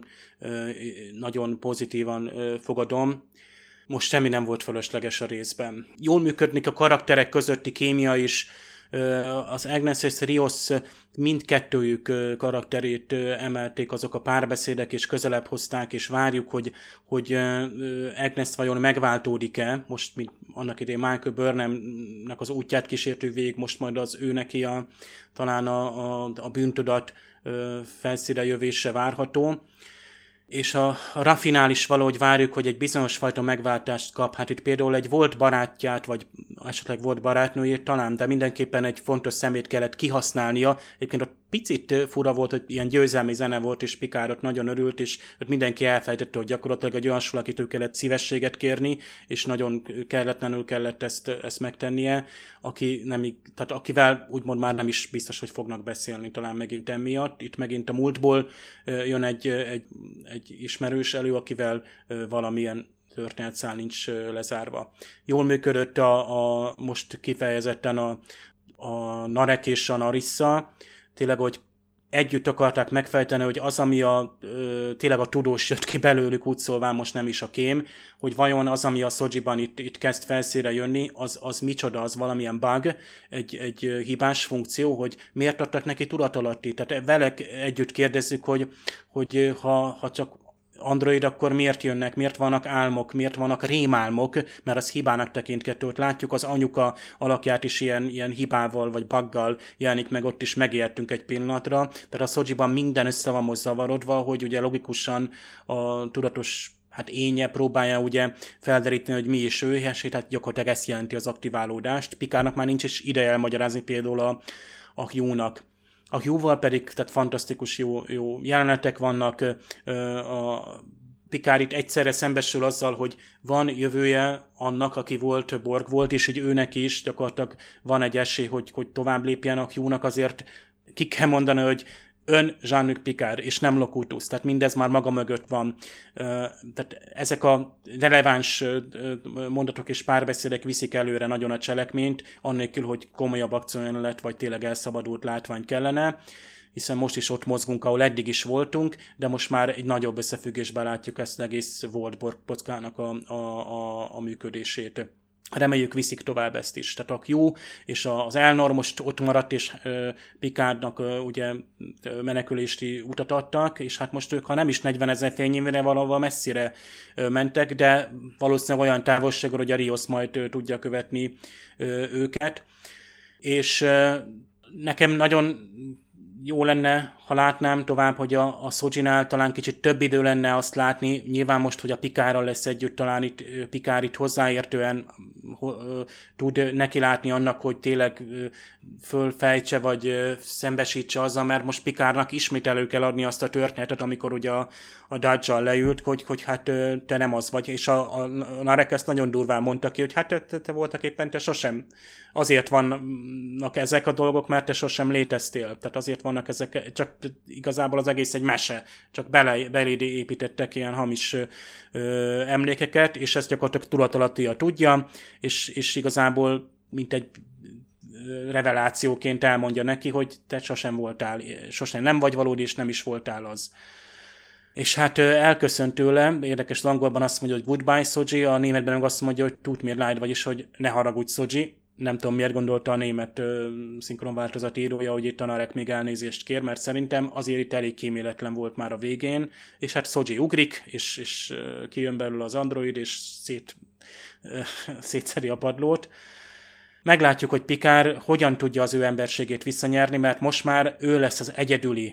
nagyon pozitívan fogadom. Most semmi nem volt fölösleges a részben. Jól működnek a karakterek közötti kémia is, az Agnes és Rios mindkettőjük karakterét emelték azok a párbeszédek, és közelebb hozták, és várjuk, hogy Agnes vajon megváltódik-e. Most, mint annak idején Michael Burnhamnek az útját kísértük végig, most majd az ő neki talán a bűntudat felszínre jövése várható. És a Raffinál is valahogy várjuk, hogy egy bizonyos fajta megváltást kap. Hát itt például egy volt barátját, vagy esetleg volt barátnőjét talán, de mindenképpen egy fontos szemét kellett kihasználnia. Egyébként ott picit fura volt, hogy ilyen győzelmi zene volt, és Picardot nagyon örült, és ott mindenki elfejtette, hogy gyakorlatilag egy olyan valakitől kellett szívességet kérni, és nagyon kelletlenül kellett ezt megtennie, tehát akivel úgymond már nem is biztos, hogy fognak beszélni talán megint emiatt. Itt megint a múltból jön egy ismerős elő, akivel valamilyen történetszál nincs lezárva. Jól működött most kifejezetten a Narek és a Narissa, tényleg, hogy együtt akarták megfejteni, hogy az, ami tényleg a tudós jött ki belőlük, úgy szólván most nem is a kém, hogy vajon az, ami a Sojiban itt kezd felszínre jönni, az micsoda, az valamilyen bug, egy hibás funkció, hogy miért adtak neki tudatalatti. Tehát vele együtt kérdezzük, hogy ha csak android, akkor miért jönnek, miért vannak álmok, miért vannak rémálmok, mert az hibának tekinthető. Látjuk az anyuka alakját is ilyen hibával vagy buggal jelenik meg, ott is megértünk egy pillanatra. Tehát a Sojiban minden össze van most zavarodva, hogy ugye logikusan a tudatos hát énje próbálja ugye felderíteni, hogy mi is ő éhesség, tehát gyakorlatilag ezt jelenti az aktiválódást. Picardnak már nincs is ideje elmagyarázni például a Hugh-nak. A Hugh-val pedig tehát fantasztikus jó jelenetek vannak, a Picard itt egyszerre szembesül azzal, hogy van jövője annak, aki Borg volt, és hogy őnek is gyakorlatilag van egy esély, hogy tovább lépjen a Hugh-nak, azért ki kell mondani, hogy ön Jean-Luc Picard, és nem Locutus, tehát mindez már maga mögött van. Tehát ezek a releváns mondatok és párbeszédek viszik előre nagyon a cselekményt, annélkül, hogy komolyabb akciójelenet, vagy tényleg elszabadult látvány kellene, hiszen most is ott mozgunk, ahol eddig is voltunk, de most már egy nagyobb összefüggésben látjuk ezt az egész World Borg kockának a működését. Reméljük viszik tovább ezt is. Tehát a Q és az Elnor most ott maradt, és Picardnak ugye menekülési utat adtak, és hát most ők, ha nem is 40 000 fényévre valahol messzire mentek, de valószínűleg olyan távolságra, hogy a Rios majd tudja követni őket. És nekem nagyon jó lenne, ha látnám tovább, hogy a Szojinál talán kicsit több idő lenne azt látni. Nyilván most, hogy a Picardral lesz együtt, talán itt Picard itt hozzáértően tud neki látni annak, hogy tényleg fölfejtse, vagy szembesítse azzal, mert most Picardnak ismét elő kell adni azt a történetet, amikor ugye a Dodge-al leült, hogy hát te nem az vagy. És a Narek ezt nagyon durván mondta ki, hogy hát te voltak éppen, te sosem. Azért vannak ezek a dolgok, mert te sosem léteztél. Tehát azért vannak ezek, csak igazából az egész egy mese. Csak beléd építettek ilyen hamis emlékeket, és ezt gyakorlatilag tudatalattia tudja, és igazából mint egy revelációként elmondja neki, hogy te sosem voltál, sosem nem vagy valódi, és nem is voltál az. És hát elköszönt tőle, érdekes, az angolban azt mondja, hogy goodbye Soji, a németben meg azt mondja, hogy tut mir leid, vagyis hogy ne haragudj Soji. Nem tudom, miért gondolta a német szinkronváltozat írója, hogy itt a Narek még elnézést kér, mert szerintem azért itt elég kíméletlen volt már a végén, és hát Soji ugrik, és kijön belőle az android, és szétszedi a padlót. Meglátjuk, hogy Picard hogyan tudja az ő emberségét visszanyerni, mert most már ő lesz az egyedüli,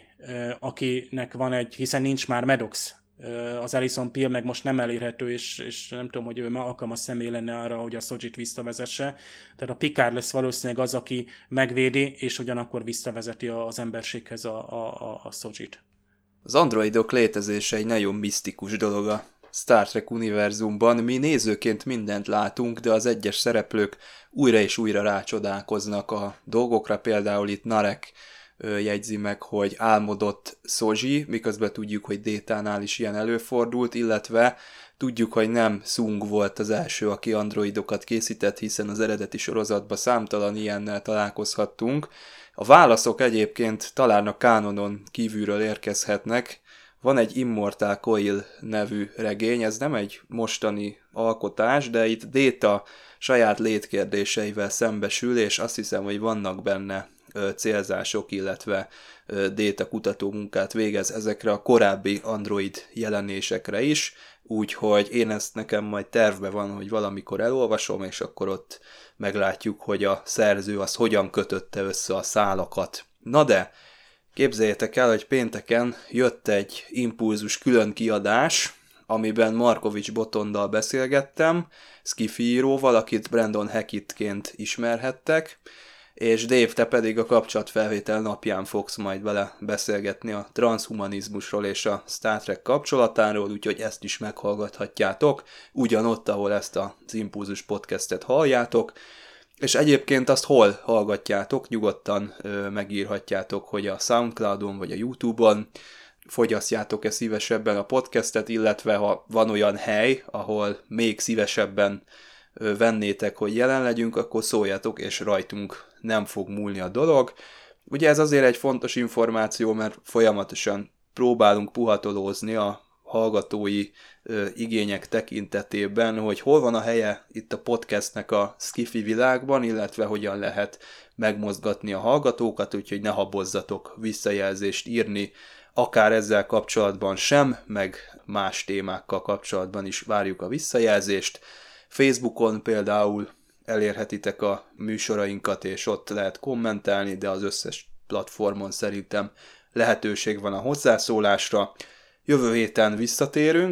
akinek van hiszen nincs már Maddox. Az Alison Pill meg most nem elérhető, és nem tudom, hogy ő már alkalmas személy lenne arra, hogy a Sojit visszavezesse. Tehát a Picard lesz valószínűleg az, aki megvédi, és ugyanakkor visszavezeti az emberséghez a Sojit. Az androidok létezése egy nagyon misztikus dolog a Star Trek univerzumban. Mi nézőként mindent látunk, de az egyes szereplők újra és újra rácsodálkoznak a dolgokra. Például itt Narek jegyzi meg, hogy álmodott Soji, miközben tudjuk, hogy Détánál is ilyen előfordult, illetve tudjuk, hogy nem Sung volt az első, aki androidokat készített, hiszen az eredeti sorozatban számtalan ilyennel találkozhattunk. A válaszok egyébként talán a kánonon kívülről érkezhetnek. Van egy Immortal Coil nevű regény, ez nem egy mostani alkotás, de itt Déta saját létkérdéseivel szembesül, és azt hiszem, hogy vannak benne célzások, illetve Déta kutató munkát végez ezekre a korábbi android jelenésekre is, úgyhogy nekem majd tervbe van, hogy valamikor elolvasom, és akkor ott meglátjuk, hogy a szerző az hogyan kötötte össze a szálakat. Na de, képzeljétek el, hogy pénteken jött egy Impulzus külön kiadás, amiben Markovics Botondal beszélgettem, sci-fi íróval, akit Brandon Hackettként ismerhettek, és Dave, te pedig a kapcsolatfelvétel napján fogsz majd vele beszélgetni a transhumanizmusról és a Star Trek kapcsolatáról, úgyhogy ezt is meghallgathatjátok, ugyanott, ahol ezt az Impulzus podcastet halljátok, és egyébként azt hol hallgatjátok, nyugodtan megírhatjátok, hogy a Soundcloudon vagy a YouTube-on fogyasztjátok-e szívesebben a podcastet, illetve ha van olyan hely, ahol még szívesebben vennétek, hogy jelen legyünk, akkor szóljatok, és rajtunk nem fog múlni a dolog. Ugye ez azért egy fontos információ, mert folyamatosan próbálunk puhatolózni a hallgatói igények tekintetében, hogy hol van a helye itt a podcastnek a sci-fi világban, illetve hogyan lehet megmozgatni a hallgatókat, úgyhogy ne habozzatok visszajelzést írni, akár ezzel kapcsolatban sem, meg más témákkal kapcsolatban is várjuk a visszajelzést. Facebookon például elérhetitek a műsorainkat, és ott lehet kommentálni, de az összes platformon szerintem lehetőség van a hozzászólásra. Jövő héten visszatérünk,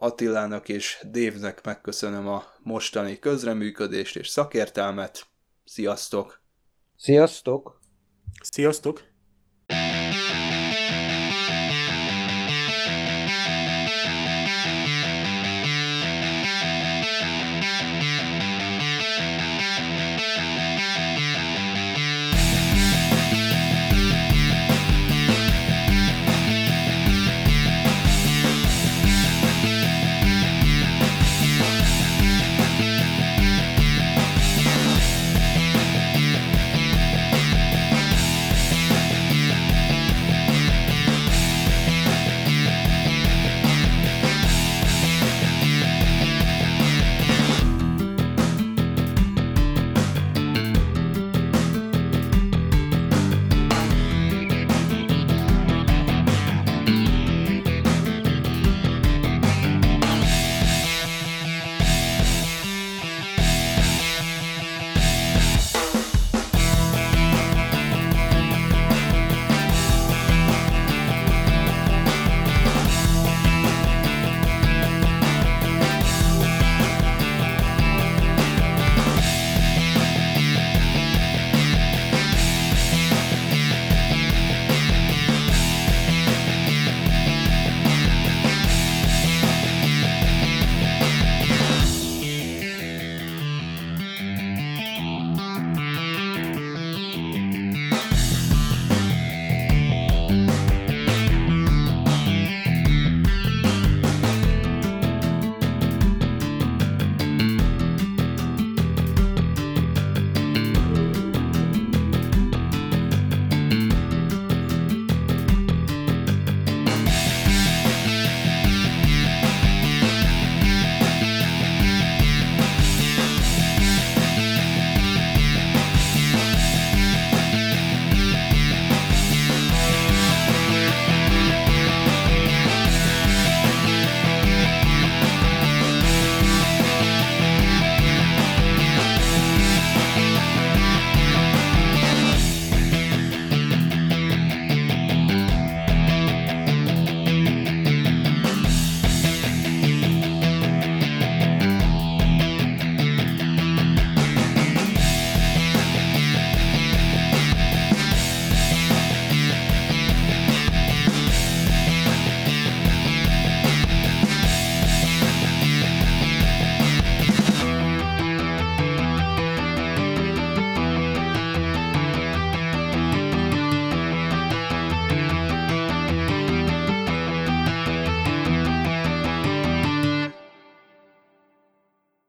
Attilának és Dave-nek megköszönöm a mostani közreműködést és szakértelmet. Sziasztok! Sziasztok! Sziasztok!